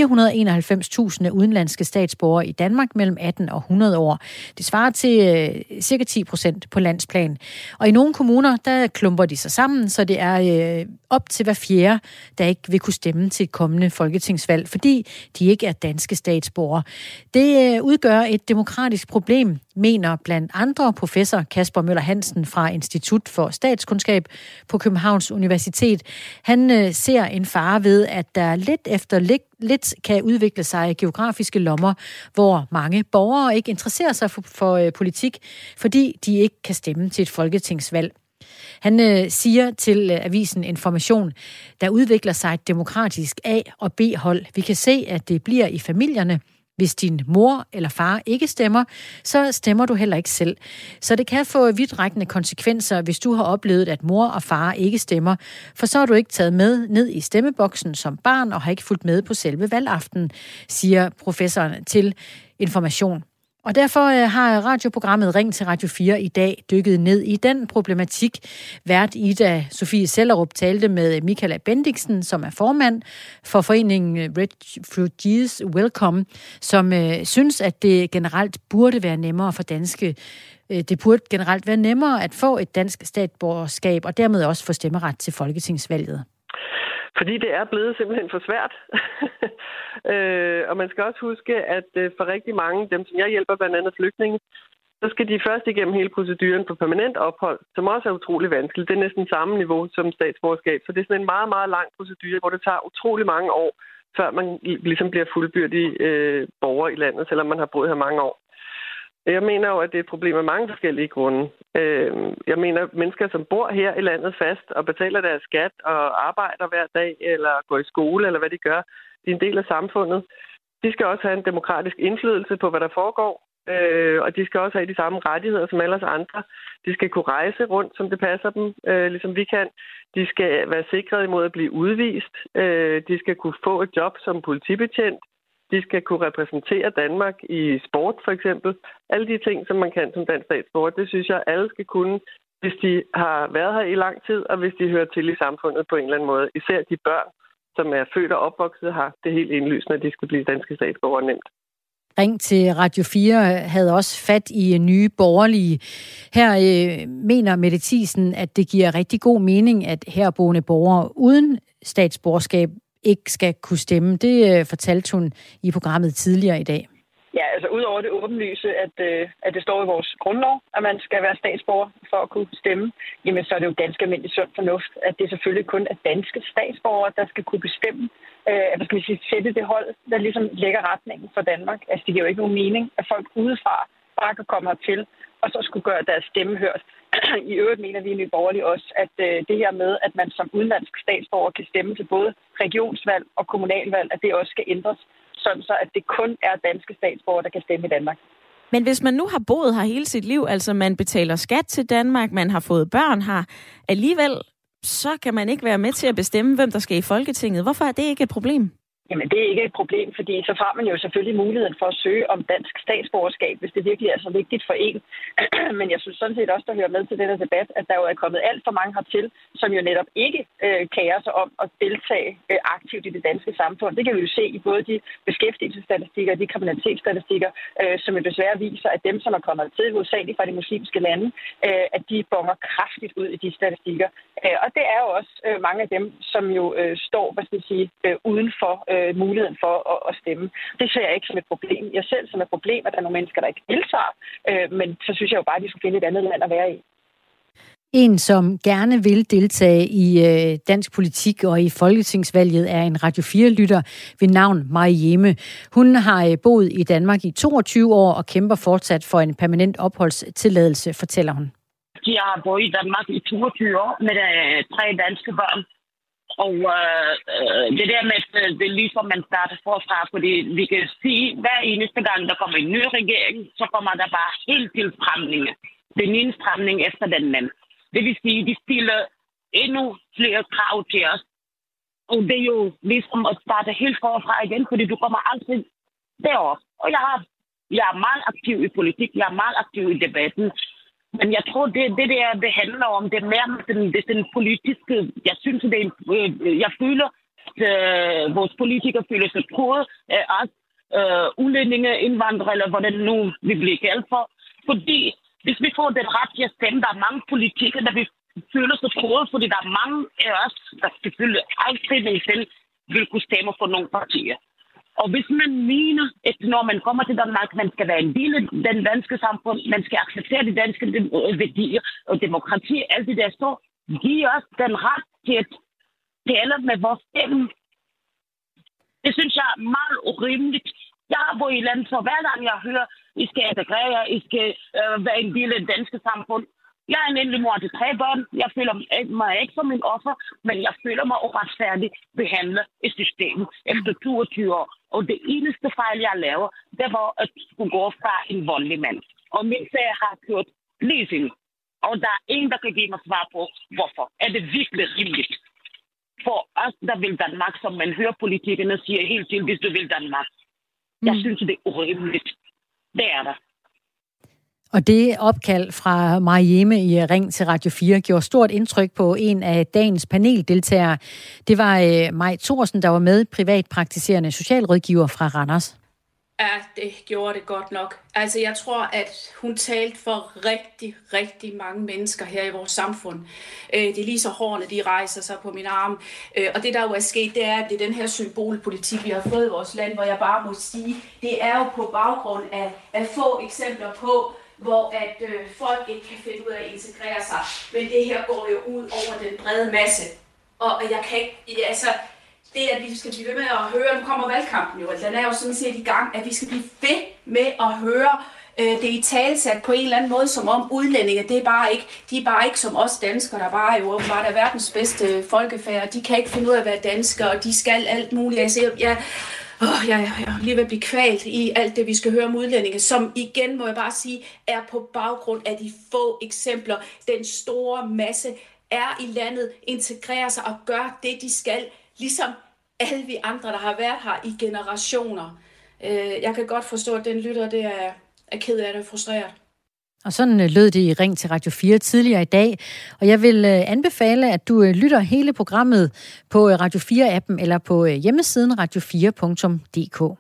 udenlandske statsborgere i Danmark mellem 18 og 100 år. Det svarer til cirka 10% på landsplan. Og i nogle kommuner, der klumper de sig sammen, så det er op til hver fjerde, der ikke vil kunne stemme til et kommende folketingsvalg, fordi de ikke er danske statsborgere. Det udgør et demokratisk problem, mener blandt andre professor Kasper Møller Hansen fra Institut for Statskundskab på Københavns Universitet. Han ser en fare ved, at der lidt efter lidt kan udvikle sig geografiske lommer, hvor mange borgere ikke interesserer sig for politik, fordi de ikke kan stemme til et folketingsvalg. Han siger til avisen Information, der udvikler sig et demokratisk A- og B-hold. Vi kan se, at det bliver i familierne. Hvis din mor eller far ikke stemmer, så stemmer du heller ikke selv. Så det kan få vidtrækkende konsekvenser, hvis du har oplevet, at mor og far ikke stemmer, for så har du ikke taget med ned i stemmeboksen som barn og har ikke fulgt med på selve valgaften, siger professoren til Information. Og derfor har radioprogrammet Ring til Radio 4 i dag dykket ned i den problematik. Vært Ida Sofie Sellerup talte med Michaela Bendiksen, som er formand for foreningen Refugees Welcome, som synes, at det generelt burde være nemmere for danske. Det burde generelt være nemmere at få et dansk statsborgerskab og dermed også få stemmeret til folketingsvalget. Fordi det er blevet simpelthen for svært. Og man skal også huske, at for rigtig mange, dem som jeg hjælper, blandt andet flygtninge, så skal de først igennem hele proceduren på permanent ophold, som også er utrolig vanskeligt. Det er næsten samme niveau som statsborgerskab, så det er sådan en meget, meget lang procedure, hvor det tager utrolig mange år, før man ligesom bliver fuldbyrdig borger i landet, selvom man har boet her mange år. Jeg mener jo, at det er et problem af mange forskellige grunde. Jeg mener, at mennesker, som bor her i landet fast og betaler deres skat og arbejder hver dag, eller går i skole, eller hvad de gør, de er en del af samfundet. De skal også have en demokratisk indflydelse på, hvad der foregår. Og de skal også have de samme rettigheder som alle os andre. De skal kunne rejse rundt, som det passer dem, ligesom vi kan. De skal være sikret imod at blive udvist. De skal kunne få et job som politibetjent. De skal kunne repræsentere Danmark i sport, for eksempel. Alle de ting, som man kan som dansk statsborger, det synes jeg, alle skal kunne, hvis de har været her i lang tid, og hvis de hører til i samfundet på en eller anden måde. Især de børn, som er født og opvokset her, det er helt indlysende, at de skal blive danske statsborgere nemt. Ring til Radio 4 havde også fat i Nye Borgerlige. Her mener Mette Thiesen, at det giver rigtig god mening, at herboende borgere uden statsborgerskab ikke skal kunne stemme. Det fortalte hun i programmet tidligere i dag. Ja, altså udover det åbenlyse, at det står i vores grundlov, at man skal være statsborger for at kunne stemme, jamen så er det jo ganske almindelig sund fornuft, at det selvfølgelig kun er danske statsborgere, der skal kunne bestemme, sætte det hold, der ligesom lægger retningen for Danmark. Altså det giver jo ikke nogen mening, at folk udefra bare kan komme hertil, og så skulle gøre deres stemme hørt. I øvrigt mener vi i Nye Borgerlige også, at det her med, at man som udenlandsk statsborger kan stemme til både regionsvalg og kommunalvalg, at det også skal ændres, sådan så at det kun er danske statsborgere, der kan stemme i Danmark. Men hvis man nu har boet her hele sit liv, altså man betaler skat til Danmark, man har fået børn her, alligevel så kan man ikke være med til at bestemme, hvem der skal i Folketinget. Hvorfor er det ikke et problem? Jamen, det er ikke et problem, fordi så får man jo selvfølgelig muligheden for at søge om dansk statsborgerskab, hvis det virkelig er så vigtigt for en. Men jeg synes sådan set også, der hører med til denne debat, at der jo er kommet alt for mange hertil, som jo netop ikke kærer sig om at deltage aktivt i det danske samfund. Det kan vi jo se i både de beskæftigelsesstatistikker og de kriminalitetsstatistikker, som jo desværre viser, at dem, som er kommet til hovedsageligt fra de muslimske lande, at de bonger kraftigt ud i de statistikker. Og det er jo også mange af dem, som jo står, uden for muligheden for at stemme. Det ser jeg ikke som et problem. Jeg selv som et problem, at der er nogle mennesker, der ikke deltager, men så synes jeg jo bare, at de skulle finde et andet land at være i. En, som gerne vil deltage i dansk politik og i folketingsvalget, er en Radio 4-lytter ved navn Marieme. Hun har boet i Danmark i 22 år og kæmper fortsat for en permanent opholdstilladelse, fortæller hun. Jeg har boet i Danmark i 22 år med 3 danske børn. Og det der med, at det er ligesom man starter forfra, fordi vi kan sige, at hver eneste gang, der kommer en ny regering, så kommer der bare helt tilstramninger. Den ene stramning efter den anden. Det vil sige, at de stiller endnu flere krav til os. Og det er jo ligesom at starte helt forfra igen, fordi du kommer altid derop. Og jeg er meget aktiv i politik, jeg er meget aktiv i debatten. Men jeg tror, det handler om, det er mere den politiske. Jeg synes, jeg føler, at vores politikere føler sig troet af os, udlændinge, indvandrere, eller hvordan nu vi bliver kaldt for. Fordi hvis vi får den ret til at stemme, der er mange politikere, der vi føler sig troet, fordi der er mange af os, der selvfølgelig aldrig nogensinde vil kunne stemme for nogle partier. Og hvis man mener, at når man kommer til Danmark, man skal være en del af den danske samfund, man skal acceptere de danske værdier og demokrati, alt det der står, giver os den ret til at tale med vores stemme. Det synes jeg er meget urimeligt. Jeg har boet i landet, så hver gang jeg hører, I skal integrere, I skal være en del af det danske samfund. Jeg er en endelig mor til 3 børn. Jeg føler mig ikke som en offer, men jeg føler mig uretfærdigt behandlet i systemet efter 22 år. Og det eneste fejl, jeg laver, det var at skulle gå fra en voldelig mand. Og min sag har kørt lige siden. Og der er ingen, der kan give mig svar på, hvorfor. Er det virkelig rimeligt? For os, der vil Danmark, som man hører politikerne sige helt til, hvis du vil Danmark. Jeg synes, det er urimeligt. Det er der. Og det opkald fra Marieme i Ring til Radio 4 gjorde stort indtryk på en af dagens paneldeltagere. Det var Maj Thorsen, der var med, privatpraktiserende socialrådgiver fra Randers. Ja, det gjorde det godt nok. Altså, jeg tror, at hun talte for rigtig, rigtig mange mennesker her i vores samfund. Det er lige så hårene, de rejser sig på min arm. Og det, der jo er sket, det er, at det er den her symbolpolitik, vi har fået i vores land, hvor jeg bare må sige, det er jo på baggrund af få eksempler på, hvor at folk ikke kan finde ud af at integrere sig. Men det her går jo ud over den brede masse. Og jeg kan ikke, altså, det at vi skal blive ved med at høre, nu kommer valgkampen jo, den er jo sådan set i gang, at vi skal blive ved med at høre det i talesat på en eller anden måde, som om udlændinge, de er bare ikke som os danskere, der bare er jo åbenbart er verdens bedste folkefærd. De kan ikke finde ud af at være danskere, og de skal alt muligt. Altså, jeg er lige ved at blive kvalt i alt det, vi skal høre om udlændinge, som igen, må jeg bare sige, er på baggrund af de få eksempler. Den store masse er i landet, integrerer sig og gør det, de skal, ligesom alle vi andre, der har været her i generationer. Jeg kan godt forstå, at den lytter, det er ked af det og frustreret. Og sådan lød det i Ring til Radio 4 tidligere i dag. Og jeg vil anbefale, at du lytter hele programmet på Radio 4-appen eller på hjemmesiden radio4.dk.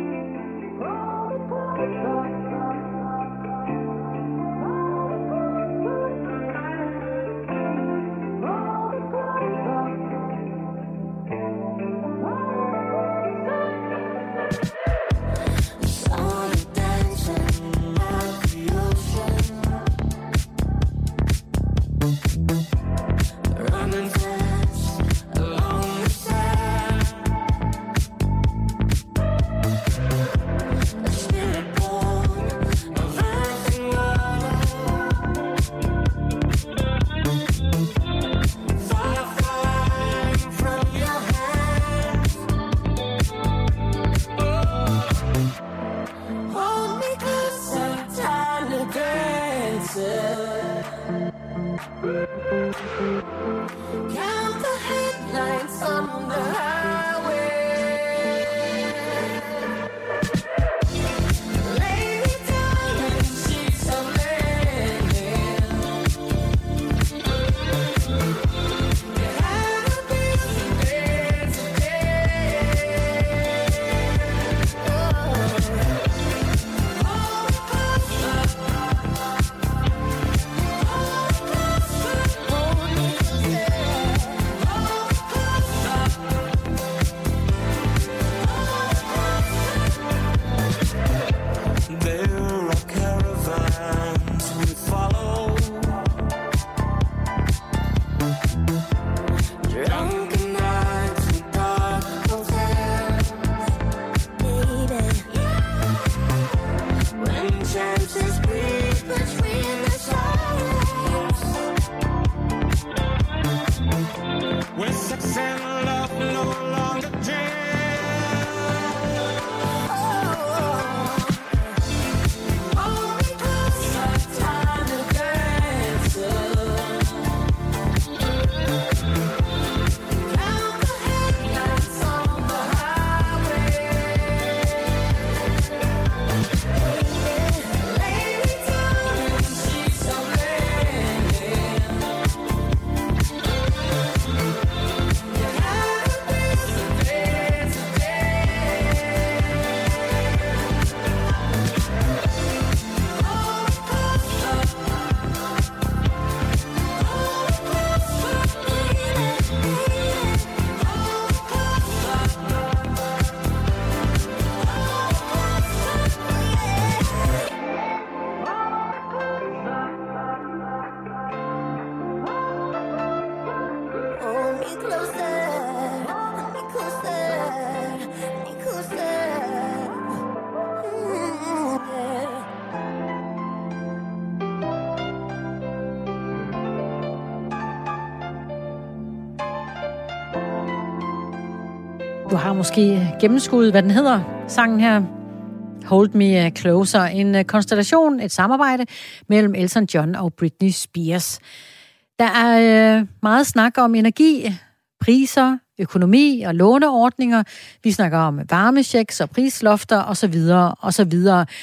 Du har måske gennemskuddet, hvad den hedder, sangen her. Hold Me Closer. En konstellation, et samarbejde mellem Elton John og Britney Spears. Der er meget snak om energi, priser, økonomi og låneordninger. Vi snakker om varmechecks og prislofter osv. osv.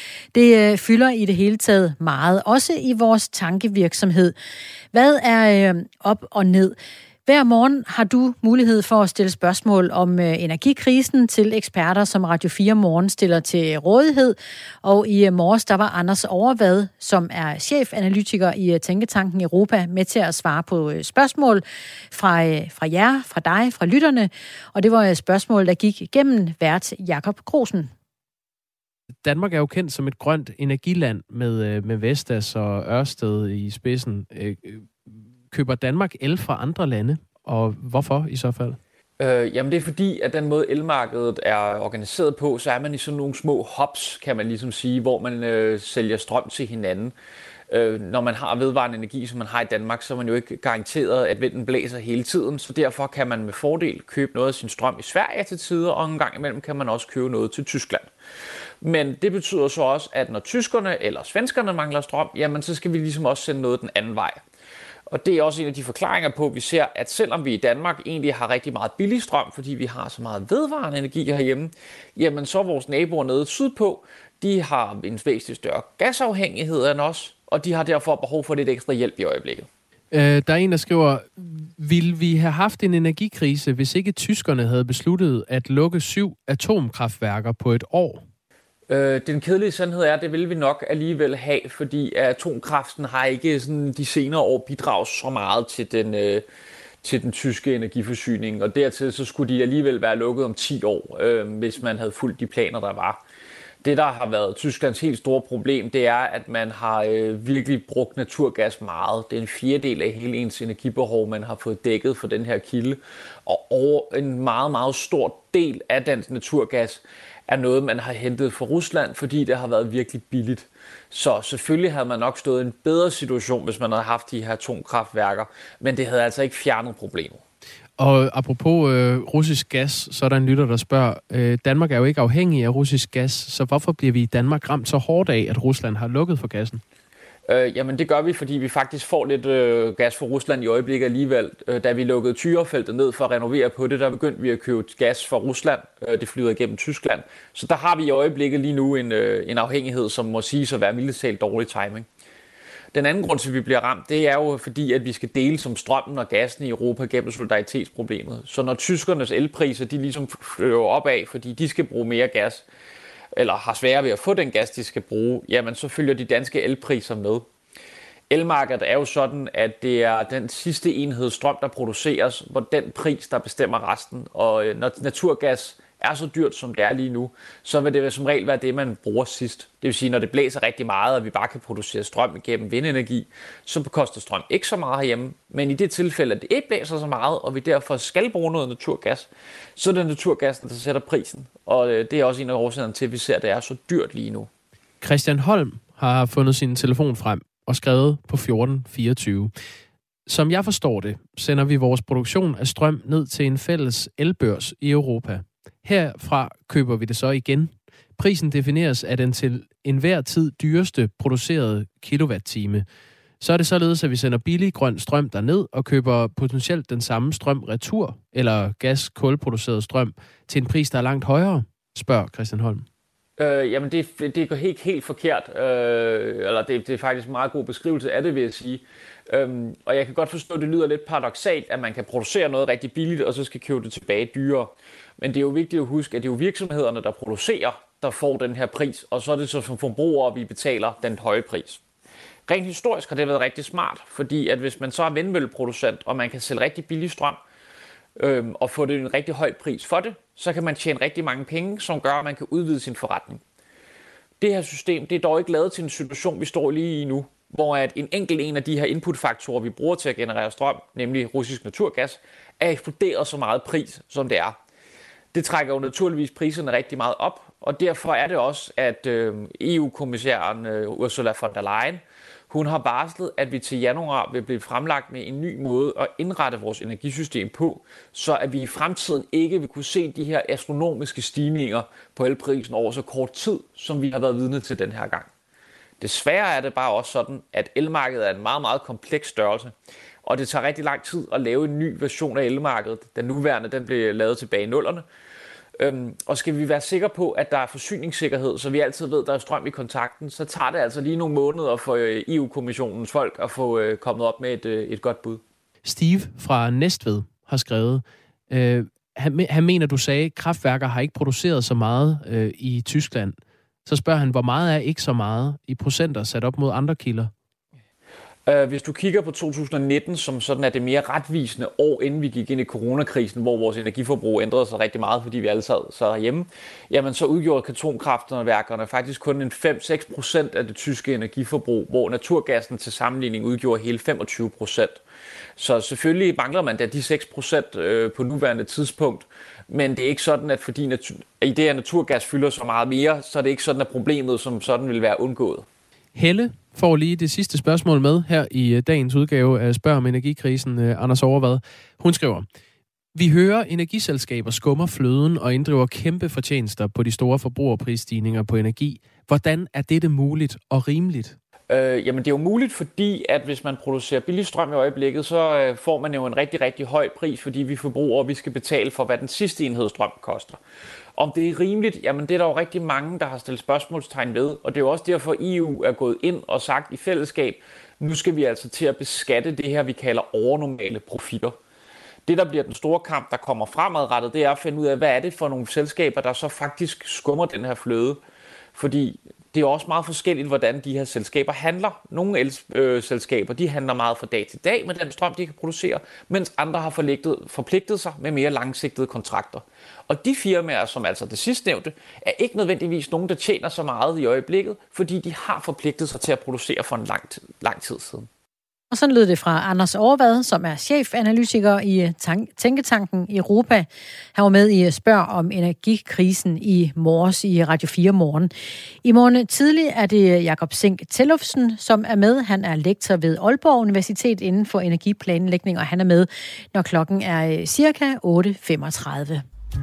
Det fylder i det hele taget meget, også i vores tankevirksomhed. Hvad er op og ned? Hver morgen har du mulighed for at stille spørgsmål om energikrisen til eksperter, som Radio 4 Morgen stiller til rådighed. Og i morges, der var Anders Overvad, som er chefanalytiker i Tænketanken Europa, med til at svare på spørgsmål fra jer, fra dig, fra lytterne. Og det var et spørgsmål, der gik igennem vært Jakob Grosen. Danmark er jo kendt som et grønt energiland med Vestas og Ørsted i spidsen. Køber Danmark el fra andre lande, og hvorfor i så fald? Jamen det er fordi, at den måde elmarkedet er organiseret på, så er man i sådan nogle små hubs, kan man ligesom sige, hvor man sælger strøm til hinanden. Når man har vedvarende energi, som man har i Danmark, så er man jo ikke garanteret, at vinden blæser hele tiden, så derfor kan man med fordel købe noget af sin strøm i Sverige til tider, og en gang imellem kan man også købe noget til Tyskland. Men det betyder så også, at når tyskerne eller svenskerne mangler strøm, jamen så skal vi ligesom også sende noget den anden vej. Og det er også en af de forklaringer på, at vi ser, at selvom vi i Danmark egentlig har rigtig meget billig strøm, fordi vi har så meget vedvarende energi herhjemme, jamen så vores naboer nede sydpå, de har en væsentlig større gasafhængighed end os, og de har derfor behov for lidt ekstra hjælp i øjeblikket. Der er en, der skriver, ville vi have haft en energikrise, hvis ikke tyskerne havde besluttet at lukke 7 atomkraftværker på et år? Den kedelige sandhed er, at det vil vi nok alligevel have, fordi atomkraften har ikke sådan de senere år bidraget så meget til den tyske energiforsyning, og dertil så skulle de alligevel være lukket om 10 år, hvis man havde fulgt de planer, der var. Det, der har været Tysklands helt store problem, det er, at man har virkelig brugt naturgas meget. Det er en fjerdedel af hele ens energibehov, man har fået dækket for den her kilde. Og en meget, meget stor del af den naturgas er noget, man har hentet fra Rusland, fordi det har været virkelig billigt. Så selvfølgelig havde man nok stået i en bedre situation, hvis man havde haft de her atomkraftværker, men det havde altså ikke fjernet problemet. Og apropos russisk gas, så er der en lytter, der spørger, Danmark er jo ikke afhængig af russisk gas, så hvorfor bliver vi i Danmark ramt så hårdt af, at Rusland har lukket for gassen? Jamen det gør vi, fordi vi faktisk får lidt gas fra Rusland i øjeblikket alligevel. Da vi lukkede Tyrafeltet ned for at renovere på det, der begyndte vi at købe gas fra Rusland. Det flyder igennem Tyskland. Så der har vi i øjeblikket lige nu en afhængighed, som må siges at være mildest talt dårlig timing. Den anden grund til, at vi bliver ramt, det er jo fordi, at vi skal dele som strømmen og gassen i Europa gennem solidaritetsproblemet. Så når tyskernes elpriser, de ligesom flyver opad, fordi de skal bruge mere gas, eller har sværere ved at få den gas, de skal bruge, jamen så følger de danske elpriser med. Elmarkedet er jo sådan, at det er den sidste enhed strøm, der produceres, hvor den pris, der bestemmer resten. Og når naturgas er så dyrt, som det er lige nu, så vil det som regel være det, man bruger sidst. Det vil sige, når det blæser rigtig meget, og vi bare kan producere strøm igennem vindenergi, så koster strøm ikke så meget herhjemme. Men i det tilfælde, at det ikke blæser så meget, og vi derfor skal bruge noget naturgas, så er det naturgassen, der sætter prisen. Og det er også en af årsagerne til, at vi ser, at det er så dyrt lige nu. Christian Holm har fundet sin telefon frem og skrevet på 1424. Som jeg forstår det, sender vi vores produktion af strøm ned til en fælles elbørs i Europa. Herfra køber vi det så igen. Prisen defineres af den til enhver tid dyreste producerede kilowatt-time. Så er det således, at vi sender billig grøn strøm derned og køber potentielt den samme strøm retur, eller gas-kulproduceret strøm, til en pris, der er langt højere, spørger Christian Holm. Jamen det går helt forkert, eller det er faktisk en meget god beskrivelse af det, vil jeg sige. Og jeg kan godt forstå, at det lyder lidt paradoksalt, at man kan producere noget rigtig billigt, og så skal købe det tilbage dyrere. Men det er jo vigtigt at huske, at det er jo virksomhederne, der producerer, der får den her pris, og så er det så som forbrugere, vi betaler den høje pris. Rent historisk har det været rigtig smart, fordi at hvis man så er vindmølleproducent, og man kan sælge rigtig billig strøm, og få det en rigtig høj pris for det, så kan man tjene rigtig mange penge, som gør, at man kan udvide sin forretning. Det her system, det er dog ikke lavet til en situation, vi står lige i nu, hvor at en af de her inputfaktorer, vi bruger til at generere strøm, nemlig russisk naturgas, er eksploderet så meget pris, som det er. Det trækker jo naturligvis priserne rigtig meget op, og derfor er det også, at EU-kommissæren Ursula von der Leyen, hun har varslet, at vi til januar vil blive fremlagt med en ny måde at indrette vores energisystem på, så at vi i fremtiden ikke vil kunne se de her astronomiske stigninger på elprisen over så kort tid, som vi har været vidne til den her gang. Desværre er det bare også sådan, at elmarkedet er en meget, meget kompleks størrelse, og det tager rigtig lang tid at lave en ny version af elmarkedet. Den nuværende, den blev lavet tilbage i 00'erne. Og skal vi være sikre på, at der er forsyningssikkerhed, så vi altid ved, at der er strøm i kontakten, så tager det altså lige nogle måneder for EU-kommissionens folk at få kommet op med et godt bud. Steve fra Næstved har skrevet, han mener, du sagde, at kraftværker har ikke produceret så meget i Tyskland. Så spørger han, hvor meget er ikke så meget i procenter sat op mod andre kilder? Hvis du kigger på 2019, som sådan er det mere retvisende år, inden vi gik ind i coronakrisen, hvor vores energiforbrug ændrede sig rigtig meget, fordi vi alle sad hjemme, jamen så udgjorde atomkraftværkerne faktisk kun en 5-6% af det tyske energiforbrug, hvor naturgassen til sammenligning udgjorde hele 25%. Så selvfølgelig mangler man da de 6% på nuværende tidspunkt, men det er ikke sådan, at fordi i det, at naturgas fylder så meget mere, så er det ikke sådan, at problemet som sådan vil være undgået. Helle får lige det sidste spørgsmål med her i dagens udgave af Spørg om energikrisen, Anders Overvad. Hun skriver: Vi hører energiselskaber skummer fløden og inddriver kæmpe fortjenester på de store forbrugerprisstigninger på energi. Hvordan er dette muligt og rimeligt? Jamen det er jo muligt, fordi at hvis man producerer billig strøm i øjeblikket, så får man jo en rigtig, rigtig høj pris, fordi vi forbrugere, vi skal betale for, hvad den sidste enhed strøm koster. Om det er rimeligt, jamen det er der jo rigtig mange, der har stillet spørgsmålstegn ved, og det er jo også derfor, EU er gået ind og sagt i fællesskab, nu skal vi altså til at beskatte det her, vi kalder overnormale profitter. Det, der bliver den store kamp, der kommer fremadrettet, det er at finde ud af, hvad er det for nogle selskaber, der så faktisk skummer den her fløde. Fordi det er også meget forskelligt, hvordan de her selskaber handler. Nogle elselskaber, de handler meget fra dag til dag med den strøm, de kan producere, mens andre har forpligtet sig med mere langsigtede kontrakter. Og de firmaer, som altså det sidstnævnte, er ikke nødvendigvis nogen, der tjener så meget i øjeblikket, fordi de har forpligtet sig til at producere for en lang tid siden. Og sådan lød det fra Anders Overvad, som er chefanalytiker i Tænketanken Europa. Han var med i Spørg om energikrisen i morges i Radio 4 Morgen. I morgen tidlig er det Jakob Zink Tellufsen, som er med. Han er lektor ved Aalborg Universitet inden for energiplanlægning, og han er med, når klokken er cirka 8.35.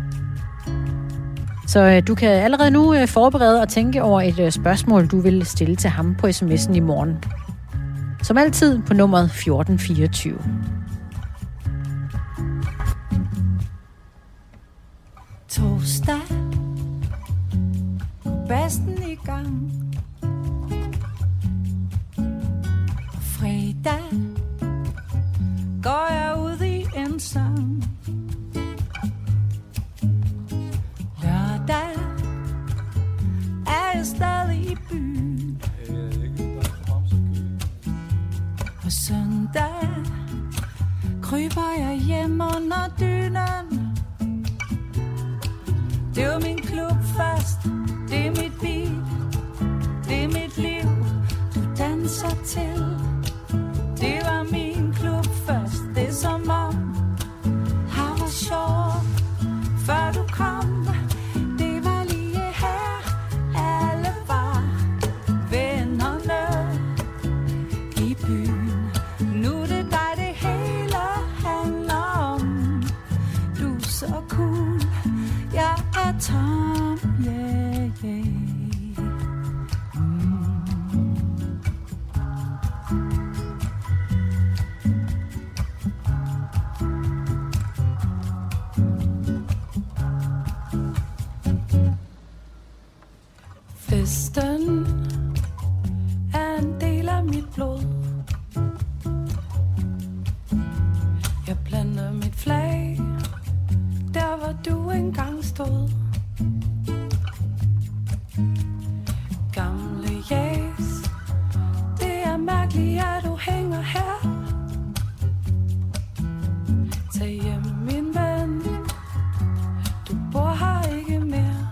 Så du kan allerede nu forberede og tænke over et spørgsmål, du vil stille til ham på sms'en i morgen. Som altid på nummeret 1424. Torsdag, bassen i gang. Fredag, går jeg ud i en sang. Lørdag, er jeg stadig i byen. På søndag kryber jeg hjem under dynen. Det er min klubfest, det er mit beat, det er mit liv, du danser til. Det var min klubfest, det er som om her var sjovt, før du kom. Det var lige her, alle var vennerne i byen. Nu er det dig, det hele handler om. Du er så cool, jeg er tom, yeah, yeah. Festen er en del af mit blod. Jeg planter mit flag der, hvor du engang stod. Gamle jæs, det er mærkeligt, at du hænger her. Tag hjem, min ven, du bor her ikke mere.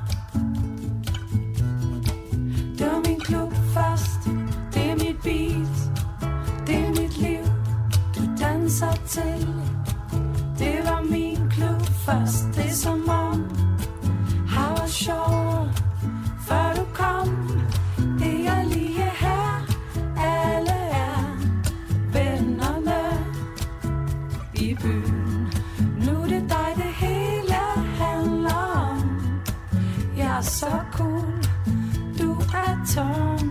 Det var min klubfest, det er mit beat, det er mit liv, du danser til. Det var min klubfest, det er som om her var sjovt, før du kom. Det er lige her, alle er vennerne i byen. Nu er det dig, det hele handler om. Jeg er så cool, du er tom.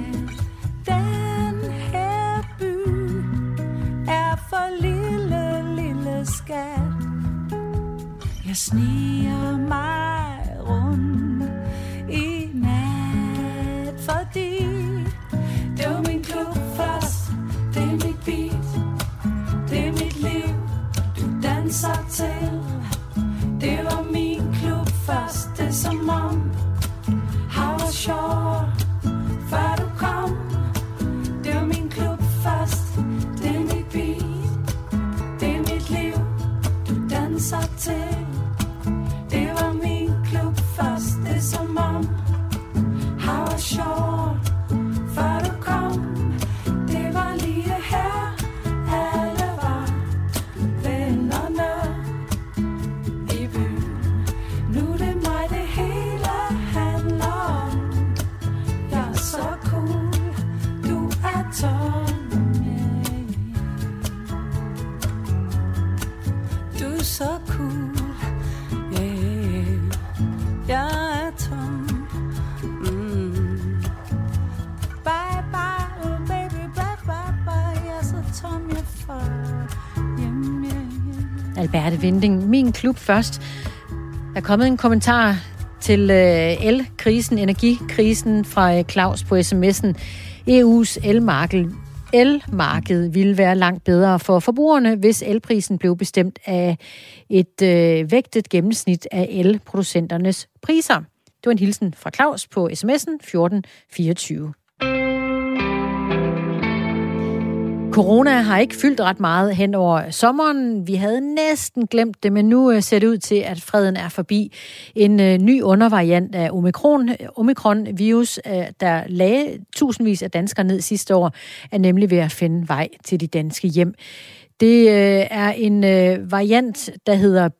Den her by er for lille skat. Jeg sniger mig rundt i nat, fordi det var min klubfest, det er mit beat, det er mit liv, du danser til. Det var min klubfest, det er som om her var sjovt, før du kom. Det var min klubfest, Alberte Winding. Min klub først. Der er kommet en kommentar til el-krisen, energikrisen fra Claus på sms'en. EU's elmarked ville være langt bedre for forbrugerne, hvis elprisen blev bestemt af et vægtet gennemsnit af elproducenternes priser. Det var en hilsen fra Claus på sms'en 1424. Corona har ikke fyldt ret meget hen over sommeren. Vi havde næsten glemt det, men nu ser det ud til, at freden er forbi. En ny undervariant af Omikron-virus, der lagde tusindvis af danskere ned sidste år, er nemlig ved at finde vej til de danske hjem. Det er en variant, der hedder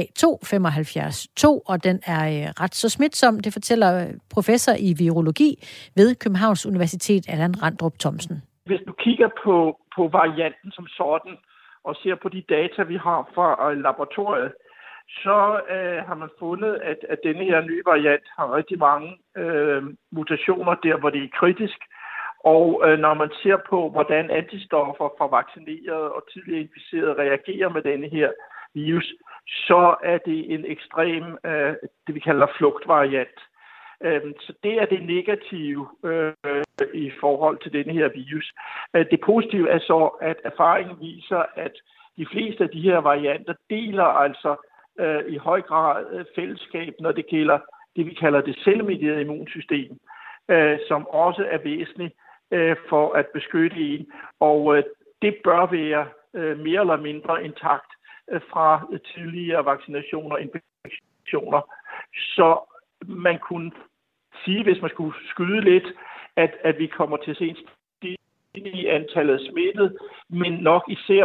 BA2-75-2, og den er ret så smitsom. Det fortæller professor i virologi ved Københavns Universitet, Allan Randrup Thomsen. Hvis du kigger på varianten som sådan, og ser på de data, vi har fra laboratoriet, så har man fundet, at denne her nye variant har rigtig mange mutationer der, hvor det er kritisk. Og når man ser på, hvordan antistoffer fra vaccinerede og tidligere inficerede reagerer med denne her virus, så er det en ekstrem, det vi kalder flugtvariant. Så det er det negative i forhold til denne her virus. Det positive er så, at erfaringen viser, at de fleste af de her varianter deler altså i høj grad fællesskab, når det gælder det, vi kalder det cellemedierede immunsystem, som også er væsentligt for at beskytte en. Og det bør være mere eller mindre intakt fra tidligere vaccinationer og infektioner. Så man kunne sige, hvis man skulle skyde lidt, at vi kommer til at se en stigning i antallet smittede, men nok især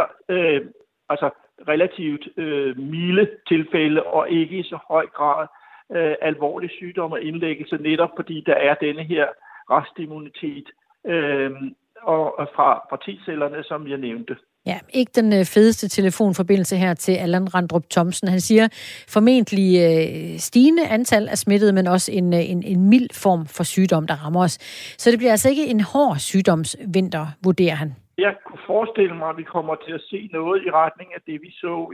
relativt milde tilfælde, og ikke i så høj grad alvorlig sygdom og indlæggelse, netop fordi der er denne her restimmunitet og fra T-cellerne, som jeg nævnte. Ja, ikke den fedeste telefonforbindelse her til Allan Randrup Thomsen. Han siger formentlig stigende antal af smittede, men også en mild form for sygdom, der rammer os. Så det bliver altså ikke en hård sygdomsvinter, vurderer han. Jeg kunne forestille mig, at vi kommer til at se noget i retning af det, vi så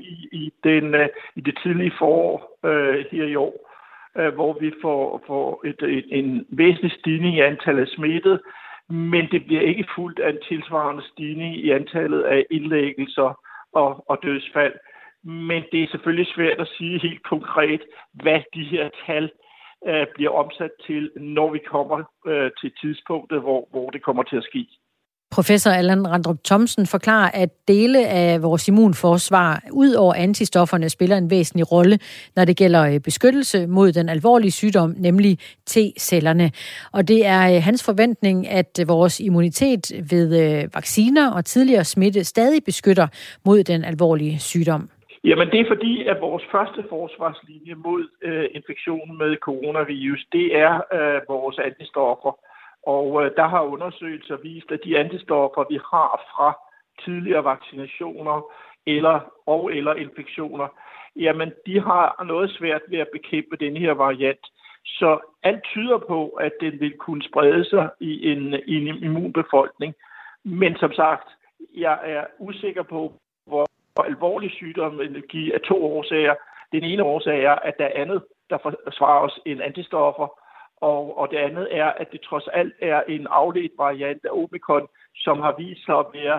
i det tidlige forår her i år, hvor vi får en væsentlig stigning i antallet af smittede, men det bliver ikke fuldt af en tilsvarende stigning i antallet af indlæggelser og dødsfald. Men det er selvfølgelig svært at sige helt konkret, hvad de her tal bliver omsat til, når vi kommer til tidspunktet, hvor det kommer til at ske. Professor Allan Randrup Thomsen forklarer, at dele af vores immunforsvar, ud over antistofferne, spiller en væsentlig rolle, når det gælder beskyttelse mod den alvorlige sygdom, nemlig T-cellerne. Og det er hans forventning, at vores immunitet ved vacciner og tidligere smitte stadig beskytter mod den alvorlige sygdom. Jamen det er fordi, at vores første forsvarslinje mod infektionen med coronavirus, det er vores antistoffer. Og der har undersøgelser vist, at de antistoffer, vi har fra tidligere vaccinationer eller infektioner, jamen de har noget svært ved at bekæmpe den her variant. Så alt tyder på, at den vil kunne sprede sig i en immunbefolkning. Men som sagt, jeg er usikker på, hvor alvorlig sygdom vil give af 2 årsager. Den ene årsag er, at der er andet, der forsvarer os end antistoffer. Og det andet er, at det trods alt er en afledt variant af Omikron, som har vist sig at være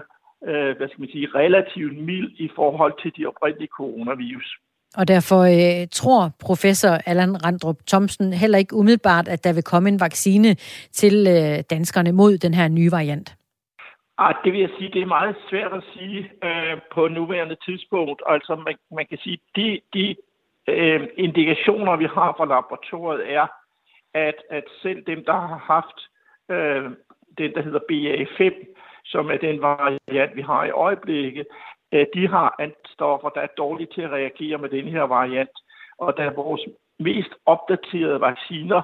relativt mild i forhold til de oprindelige coronavirus. Og derfor tror professor Allan Randrup Thomsen heller ikke umiddelbart, at der vil komme en vaccine til danskerne mod den her nye variant. Det vil jeg sige, det er meget svært at sige på nuværende tidspunkt. Altså man kan sige, de indikationer, vi har fra laboratoriet er, at selv dem, der har haft den, der hedder BA5, som er den variant, vi har i øjeblikket, de har antistoffer, der er dårlige til at reagere med den her variant. Og da vores mest opdaterede vacciner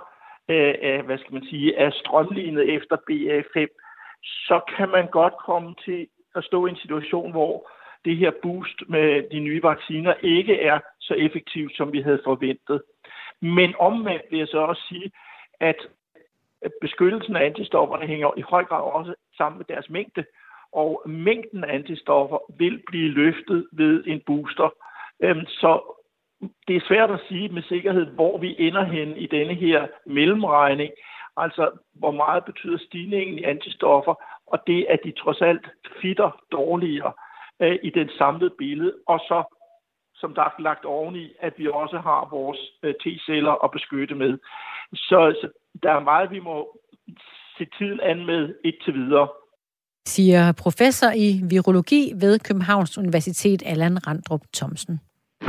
er strømlignet efter BA5, så kan man godt komme til at stå i en situation, hvor det her boost med de nye vacciner ikke er så effektivt, som vi havde forventet. Men omvendt vil jeg så også sige, at beskyttelsen af antistofferne hænger i høj grad også sammen med deres mængde. Og mængden af antistoffer vil blive løftet ved en booster. Så det er svært at sige med sikkerhed, hvor vi ender hen i denne her mellemregning. Altså, hvor meget betyder stigningen i antistoffer, og det, at de trods alt fitter dårligere i den samlede billede, og så, som der er lagt oveni, at vi også har vores T-celler at beskytte med. Så der er meget, vi må se tiden an med indtil videre. Siger professor i virologi ved Københavns Universitet, Allan Randrup Thomsen.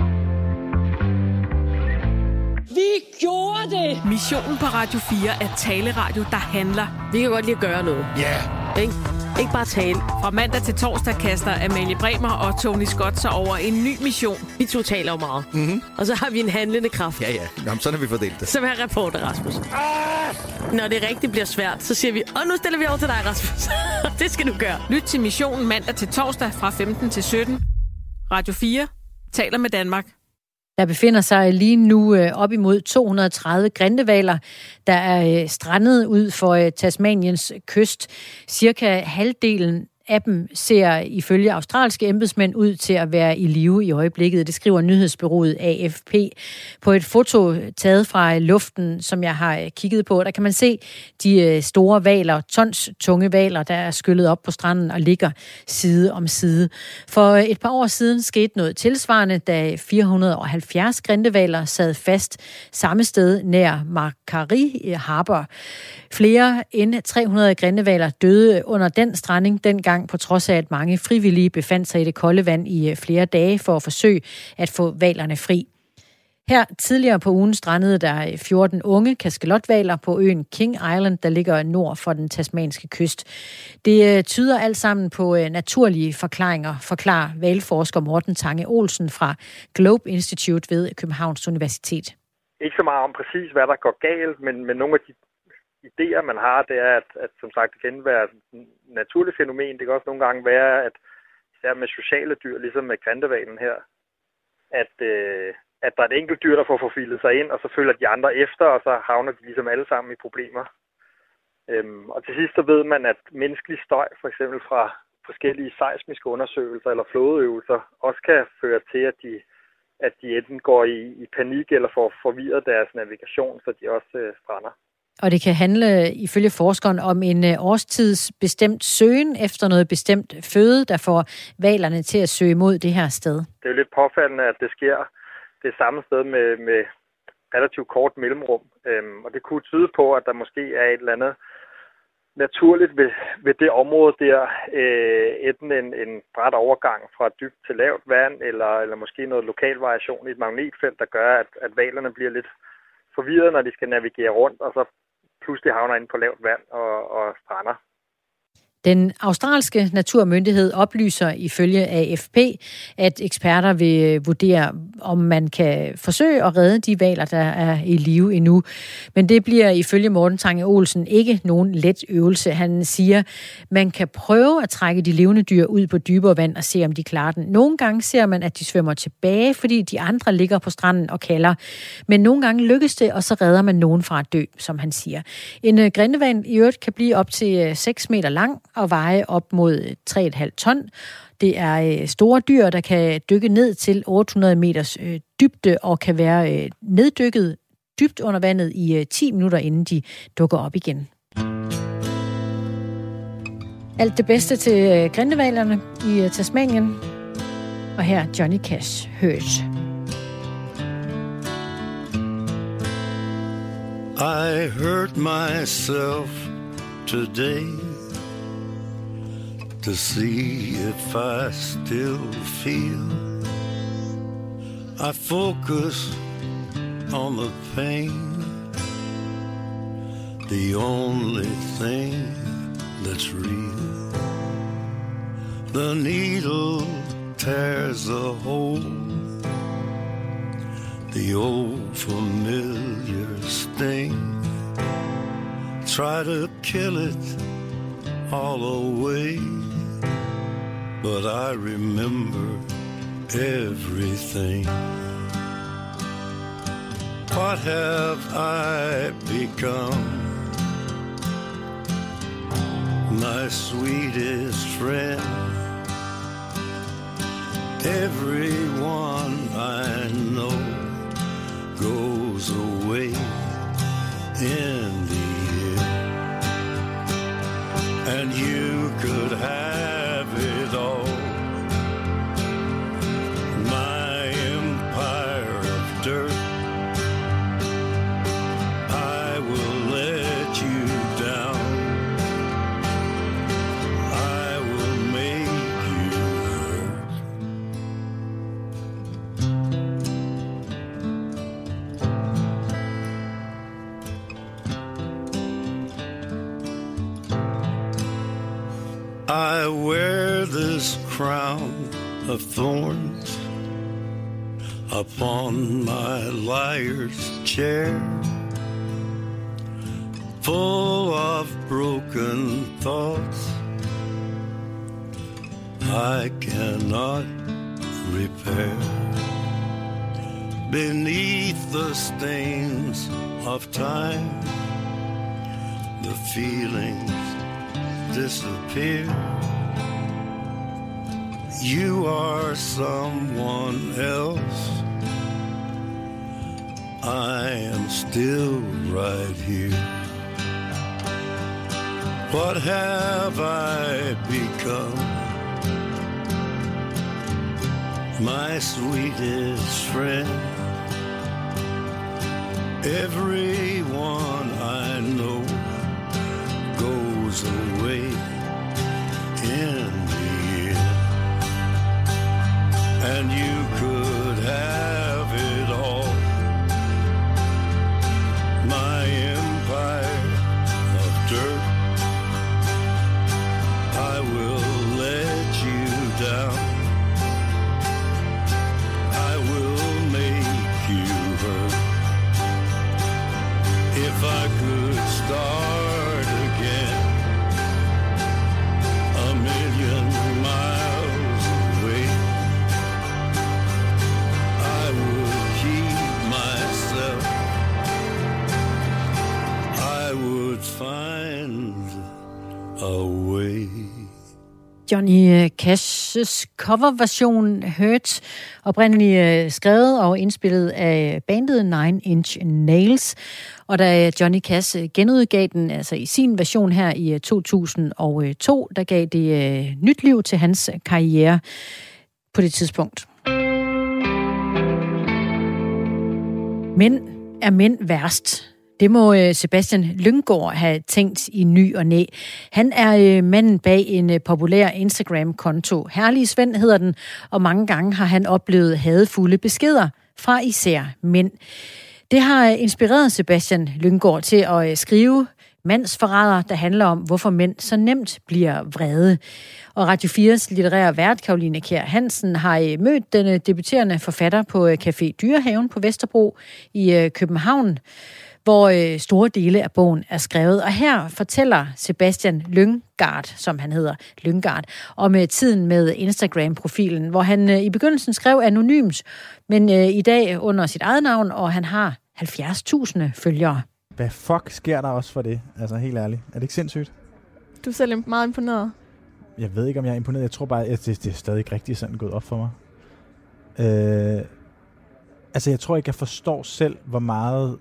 Vi gjorde det! Missionen på Radio 4 er taleradio, der handler. Vi kan godt lide at gøre noget. Ja. Yeah. Ikke bare tale. Fra mandag til torsdag kaster Amalie Bremer og Tony Scott sig over en ny mission. Vi to taler jo meget. Mm-hmm. Og så har vi en handlende kraft. Ja. Jamen, sådan har vi fordelt det. Som er reporter, Rasmus. Når det rigtig bliver svært, så siger vi, og nu stiller vi over til dig, Rasmus. Det skal du gøre. Lyt til missionen mandag til torsdag fra 15 til 17. Radio 4 taler med Danmark. Der befinder sig lige nu op imod 230 grindehvaler, der er strandet ud for Tasmaniens kyst. Cirka halvdelen af dem ser ifølge australske embedsmænd ud til at være i live i øjeblikket. Det skriver nyhedsbureauet AFP på et foto taget fra luften, som jeg har kigget på. Der kan man se de store hvaler, tons tunge hvaler, der er skyllet op på stranden og ligger side om side. For et par år siden skete noget tilsvarende, da 470 grindehvaler sad fast samme sted nær Macquarie Harbour. Flere end 300 grindehvaler døde under den stranding dengang, på trods af, at mange frivillige befandt sig i det kolde vand i flere dage for at forsøge at få hvalerne fri. Her tidligere på ugen strandede der 14 unge kaskelothvaler på øen King Island, der ligger nord for den tasmanske kyst. Det tyder alt sammen på naturlige forklaringer, forklarer hvalforsker Morten Tange Olsen fra Globe Institute ved Københavns Universitet. Ikke så meget om præcis, hvad der går galt, men nogle af de idéer, man har, det er, at som sagt, det kan være et naturligt fænomen. Det kan også nogle gange være, at især med sociale dyr, ligesom med grindehvalen her, at der er et enkelt dyr, der får forfilet sig ind, og så følger de andre efter, og så havner de ligesom alle sammen i problemer. Og til sidst så ved man, at menneskelig støj, for eksempel fra forskellige seismiske undersøgelser eller flådeøvelser, også kan føre til, at de enten går i panik eller får forvirret deres navigation, så de også strander. Og det kan handle, ifølge forskeren, om en årstidsbestemt søgen efter noget bestemt føde, der får hvalerne til at søge mod det her sted. Det er jo lidt påfaldende, at det sker det samme sted med relativt kort mellemrum. Og det kunne tyde på, at der måske er et eller andet naturligt ved det område der, enten en brat overgang fra dybt til lavt vand, eller måske noget lokal variation i et magnetfelt, der gør, at hvalerne bliver lidt forvirret, når de skal navigere rundt, og så pludselig havner inde på lavt vand og strander. Den australske naturmyndighed oplyser ifølge AFP, at eksperter vil vurdere, om man kan forsøge at redde de hvaler, der er i live endnu. Men det bliver ifølge Morten Tange Olsen ikke nogen let øvelse. Han siger, man kan prøve at trække de levende dyr ud på dybere vand og se, om de klarer den. Nogle gange ser man, at de svømmer tilbage, fordi de andre ligger på stranden og kalder. Men nogle gange lykkes det, og så redder man nogen fra at dø, som han siger. En grindehval i øvrigt kan blive op til 6 meter lang og veje op mod 3,5 ton. Det er store dyr, der kan dykke ned til 800 meters dybde og kan være neddykket dybt under vandet i 10 minutter, inden de dukker op igen. Alt det bedste til grindehvalerne i Tasmanien. Og her Johnny Cash, Hurt. I hurt myself today to see if I still feel. I focus on the pain, the only thing that's real. The needle tears a hole, the old familiar sting. Try to kill it all away, but I remember everything. What have I become? My sweetest friend. Everyone in the air. And you could have it all. My empire of dirt, I will let you down. I will make you hurt. I wear this crown of thorns upon my liar's chair, full of broken thoughts I cannot repair. Beneath the stains of time, the feelings disappear. You are someone else. I am still right here. What have I become? My sweetest friend. Everyone I know goes away in the end. And you could have it all. My empire of dirt, I will let you down. I will make you hurt. If I could start again, a million miles away, I would keep myself. I would find a way. Johnny Cash's coverversion Hurt, oprindeligt skrevet og indspillet af bandet Nine Inch Nails. Og da Johnny Cash genudgav den, altså i sin version her i 2002, der gav det nyt liv til hans karriere på det tidspunkt. Men er mænd værst? Det må Sebastian Lynggaard have tænkt i ny og næ. Han er manden bag en populær Instagram-konto. Herlige Svend hedder den, og mange gange har han oplevet hadefulde beskeder fra især mænd. Det har inspireret Sebastian Lynggaard til at skrive mandsforræder, der handler om, hvorfor mænd så nemt bliver vrede. Og Radio 4's litterære vært, Caroline Kjær Hansen, har mødt den debuterende forfatter på Café Dyrehaven på Vesterbro i København, hvor store dele af bogen er skrevet. Og her fortæller Sebastian Lynggaard, som han hedder, Lynggaard, om tiden med Instagram-profilen, hvor han i begyndelsen skrev anonymt, men i dag under sit eget navn, og han har 70.000 følgere. Hvad fuck sker der også for det? Altså helt ærligt. Er det ikke sindssygt? Du er selv meget imponeret. Jeg ved ikke, om jeg er imponeret. Jeg tror bare, at det er stadig ikke rigtig sådan gået op for mig. Altså jeg tror ikke, jeg forstår selv, hvor meget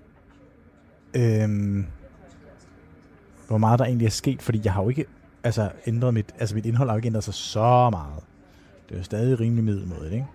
der egentlig er sket, fordi jeg har jo ikke ændret mit indhold har jo ikke ændret sig så meget. Det er jo stadig rimelig middelmådigt, ikke?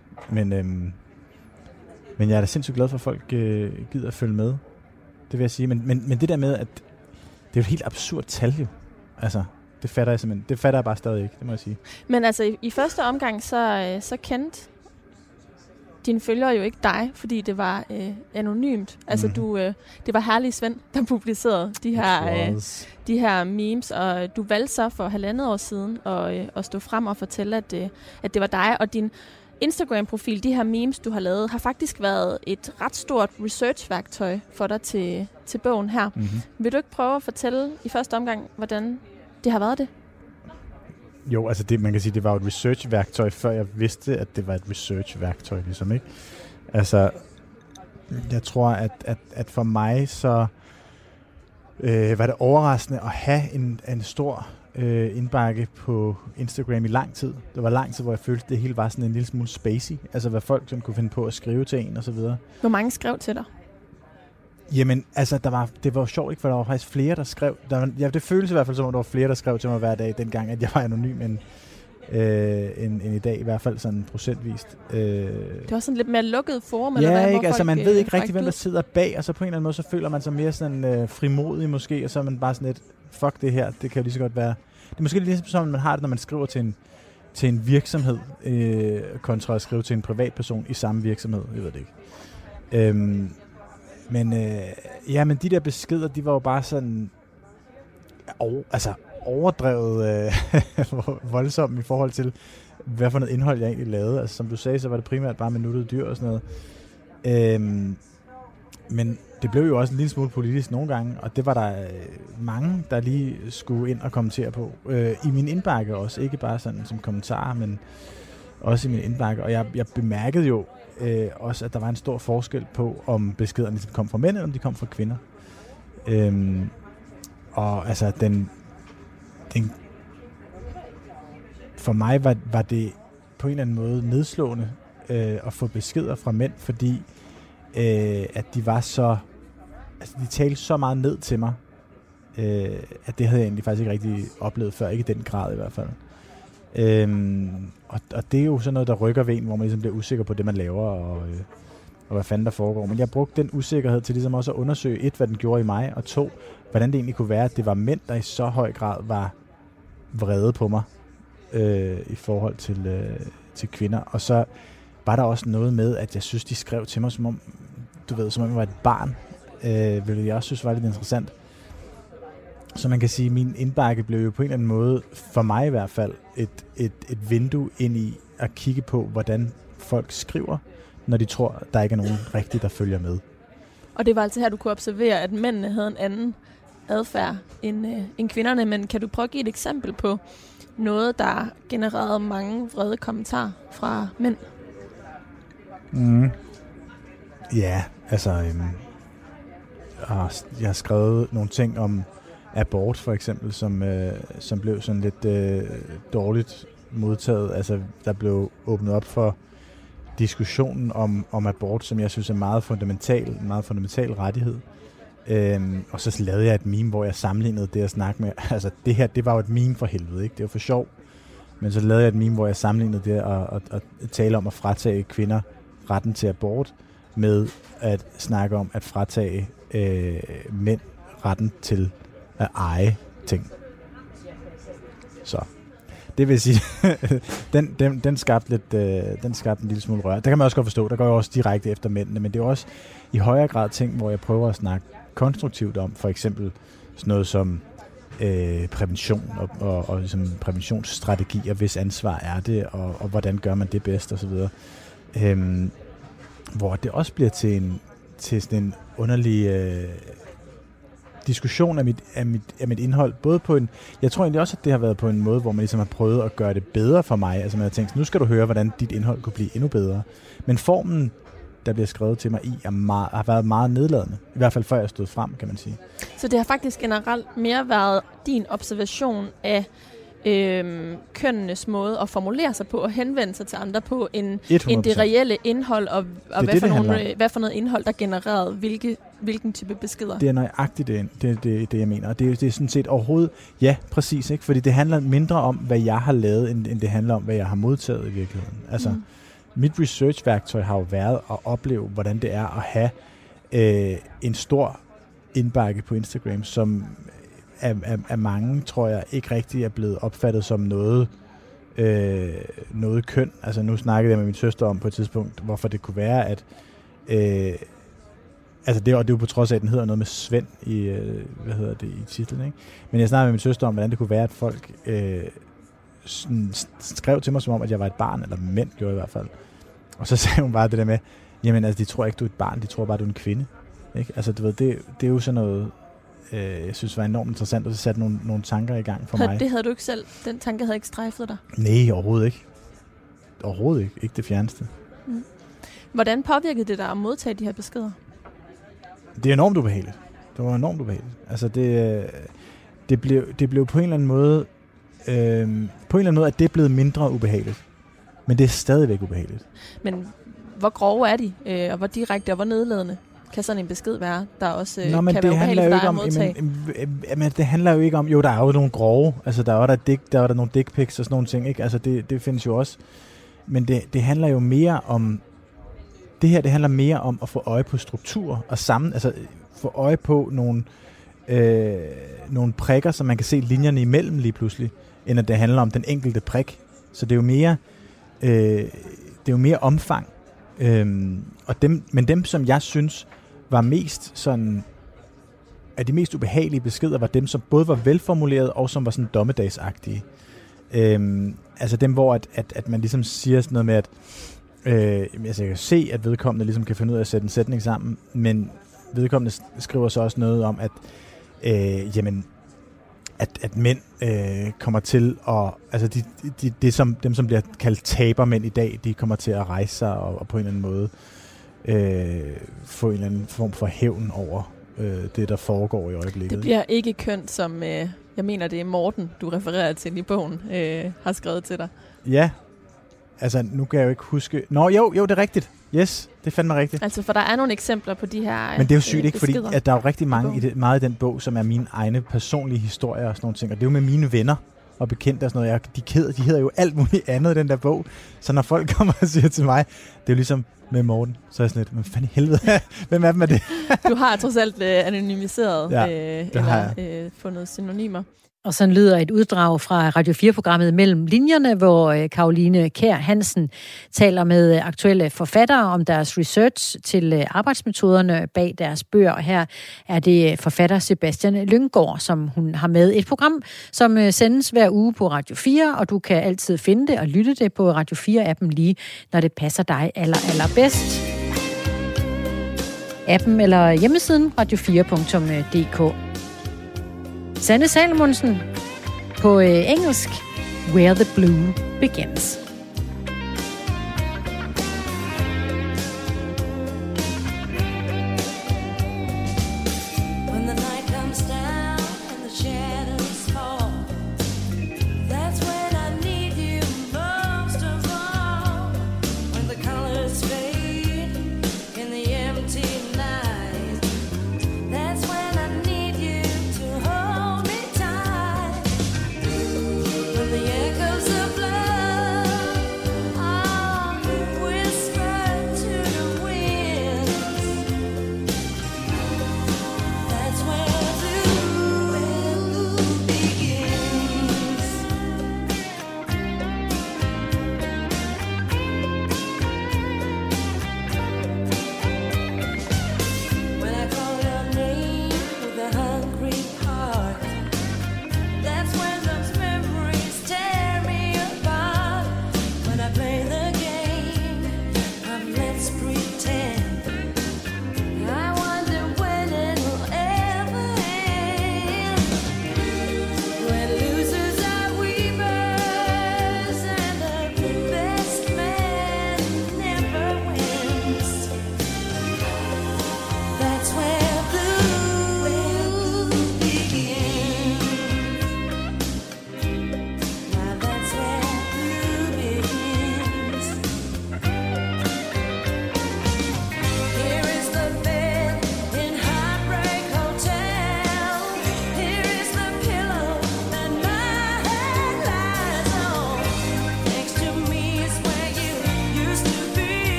Men jeg er da sindssygt glad for, at folk gider at følge med. Det vil jeg sige. Men det der med, at det er jo et helt absurd tal jo. Altså, det fatter jeg simpelthen. Det fatter jeg bare stadig ikke, det må jeg sige. Men altså, i første omgang, så kendte dine følgere jo ikke dig, fordi det var anonymt. Altså, det var Herlige Svend, der publicerede de her memes, og du valgte så for 1,5 år siden at stå frem og fortælle, at det var dig, og din Instagram-profil, de her memes, du har lavet, har faktisk været et ret stort research-værktøj for dig til bogen her. Mm-hmm. Vil du ikke prøve at fortælle i første omgang, hvordan det har været det? Jo, altså man kan sige, det var et research-værktøj, før jeg vidste, at det var et research-værktøj, ligesom, ikke? Altså, jeg tror, at for mig så var det overraskende at have en stor indbakke på Instagram i lang tid. Det var lang tid, hvor jeg følte, at det hele var sådan en lille smule spacey. Altså, hvad folk sådan kunne finde på at skrive til en, og så videre. Hvor mange skrev til dig? Jamen, altså, det var jo sjovt, ikke? For der var faktisk flere, der skrev. Det føles i hvert fald som, at der var flere, der skrev til mig hver dag, dengang, at jeg var anonym, end i dag, i hvert fald sådan procentvist. Det var sådan lidt mere lukket forum, eller hvad? Ja, ikke? Altså, man ved ikke rigtig, hvem der sidder bag, og så på en eller anden måde, så føler man sig mere sådan frimodig måske, og så er man bare sådan lidt, fuck det her, det kan jo lige så godt være. Det er måske ligesom sådan, man har det, når man skriver til en virksomhed, kontra at skrive til en privatperson i samme virksomhed, jeg ved det ikke. Men de der beskeder, de var jo bare sådan overdrevet voldsomt i forhold til, hvad for noget indhold jeg egentlig lavede. Altså som du sagde, så var det primært bare med nuttede dyr og sådan noget. Men det blev jo også en lille smule politisk nogle gange, og det var der mange, der lige skulle ind og kommentere på. I min indbakke også, ikke bare sådan som kommentarer, men også i min indbakke. Og jeg bemærkede jo også, at der var en stor forskel på, om beskederne kom fra mænd, eller om de kom fra kvinder. Og altså, for mig var det på en eller anden måde nedslående at få beskeder fra mænd, fordi at de var så, altså de talte så meget ned til mig, at det havde jeg egentlig faktisk ikke rigtig oplevet før, ikke i den grad i hvert fald. Og det er jo sådan noget, der rykker ved en, hvor man ligesom bliver usikker på det, man laver, og hvad fanden der foregår. Men jeg brugte den usikkerhed til ligesom også at undersøge, hvad den gjorde i mig, og 2, hvordan det egentlig kunne være, at det var mænd, der i så høj grad var vrede på mig i forhold til kvinder. Og så var der også noget med, at jeg synes, de skrev til mig, som om jeg var et barn, hvilket jeg også synes var lidt interessant. Så man kan sige, at min indbakke blev jo på en eller anden måde, for mig i hvert fald, et vindue ind i at kigge på, hvordan folk skriver, når de tror, der ikke er nogen rigtig, der følger med. Og det var altså her, du kunne observere, at mændene havde en anden adfærd end kvinderne. Men kan du prøve at give et eksempel på noget, der genererede mange vrede kommentarer fra mænd? Ja, altså... jeg har skrevet nogle ting om abort, for eksempel, som blev sådan lidt dårligt modtaget. Altså, der blev åbnet op for diskussionen om abort, som jeg synes er en meget fundamental rettighed. Og så lavede jeg et meme, hvor jeg sammenlignede det at snakke med... Altså, det her, det var jo et meme for helvede, ikke? Det var for sjov. Men så lavede jeg et meme, hvor jeg sammenlignede det at tale om at fratage kvinder retten til abort, med at snakke om at fratage mænd retten til at eje ting. Så det vil sige, den skabte en lille smule rør. Der kan man også godt forstå, der går jo også direkte efter mændene, men det er også i højere grad ting, hvor jeg prøver at snakke konstruktivt om, for eksempel sådan noget som prævention og ligesom præventionsstrategier, hvis ansvar er det, og hvordan gør man det bedst, og så videre. Hvor det også bliver til sådan en underlig diskussion af mit indhold, både på en... Jeg tror egentlig også, at det har været på en måde, hvor man ligesom har prøvet at gøre det bedre for mig. Altså man har tænkt, nu skal du høre, hvordan dit indhold kunne blive endnu bedre. Men formen, der bliver skrevet til mig i, har været meget nedladende. I hvert fald før jeg stod frem, kan man sige. Så det har faktisk generelt mere været din observation af kønnenes måde at formulere sig på og henvende sig til andre på, end det reelle indhold, og hvad for noget indhold, der genererede hvilken type beskeder. Det er nøjagtigt det jeg mener. Og det er sådan set overhovedet, ja, præcis, ikke? Fordi det handler mindre om, hvad jeg har lavet, end det handler om, hvad jeg har modtaget i virkeligheden. Altså, mit research-værktøj har jo været at opleve, hvordan det er at have en stor indbakke på Instagram, som af mange, tror jeg, ikke rigtig er blevet opfattet som noget køn. Altså nu snakkede jeg med min søster om på et tidspunkt, hvorfor det kunne være, at altså det er jo på trods af, at den hedder noget med Svend i, i titlen, ikke? Men jeg snakkede med min søster om, hvordan det kunne være, at folk skrev til mig som om, at jeg var et barn, eller mænd gjorde i hvert fald. Og så sagde hun bare det der med, jamen altså, de tror ikke, du er et barn, de tror bare, du er en kvinde. Ikke? Altså du ved, det er jo sådan noget, jeg synes var enormt interessant, og det satte nogle tanker i gang for mig. Det havde du ikke selv? Den tanke havde ikke strejfet dig? Nej, overhovedet ikke. Overhovedet ikke. Ikke det fjerneste. Hvordan påvirkede det dig at modtage de her beskeder? Det er enormt ubehageligt. Det var enormt ubehageligt. Altså det blev på en eller anden måde, at det er blevet mindre ubehageligt. Men det er stadigvæk ubehageligt. Men hvor grove er de? Og hvor direkte og hvor nedladende? kan sådan en besked være, der også Nå, kan være ubehagelig for dig at modtage? Men det handler jo ikke om... Jo, der er jo nogle grove. Altså, der er der nogle dick pics og sådan nogle ting, ikke? Altså, det findes jo også. Men det handler jo mere om... Det handler mere om at få øje på struktur og altså få øje på nogle prikker, så man kan se linjerne imellem lige pludselig, end at det handler om den enkelte prik. Så det er jo mere omfang. Men dem, som jeg synes var mest sådan, af de mest ubehagelige beskeder, var dem, som både var velformuleret og som var sådan dommedagsagtige. Altså dem, hvor at man ligesom siger sådan noget med, at jeg kan se, at vedkommende ligesom kan finde ud af at sætte en sætning sammen, men vedkommende skriver så også noget om, at at mænd kommer til at... Altså dem, som bliver kaldt tabermænd i dag, de kommer til at rejse sig og på en eller anden måde få en eller anden form for hævn over det, der foregår i øjeblikket. Det bliver ikke kønt, som jeg mener, det er Morten, du refererer til i bogen, har skrevet til dig. Ja, altså nu kan jeg jo ikke huske... Nå, jo, det er rigtigt. Yes, det fandt mig rigtigt. Altså, for der er nogle eksempler på de her Men det er jo sygt, ikke? Fordi beskeder at der er jo rigtig mange meget i den bog, som er mine egne personlige historier og sådan nogle ting. Og det er jo med mine venner og bekendte og sådan noget. De hedder jo alt muligt andet i den der bog. Så når folk kommer og siger til mig, det er jo ligesom med Morten, så er jeg sådan lidt, men fanden i helvede, hvem af dem er det? Du har trods alt anonymiseret eller fundet synonymer. Og sådan lyder et uddrag fra Radio 4-programmet Mellem Linjerne, hvor Caroline Kjær Hansen taler med aktuelle forfattere om deres research til arbejdsmetoderne bag deres bøger. Og her er det forfatter Sebastian Lynggaard, som hun har med. Et program, som sendes hver uge på Radio 4, og du kan altid finde det og lytte det på Radio 4-appen lige, når det passer dig allerbedst. Appen eller hjemmesiden radio4.dk. Sanne Salomonsen på engelsk, Where the Blue Begins. When the night comes down and the shadows fall, that's when I need you most of all. When the colors fade in the empty night, that's when I need you to hold me tight. When the echoes of love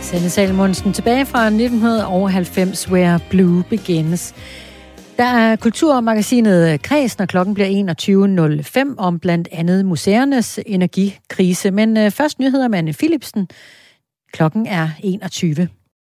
Sanne Salomonsen tilbage fra 1990, Where Blue Begins. Der er Kulturmagasinet Kreds, når klokken bliver 21.05, om blandt andet museernes energikrise. Men først nyheder med Anne Philipsen. Klokken er 21.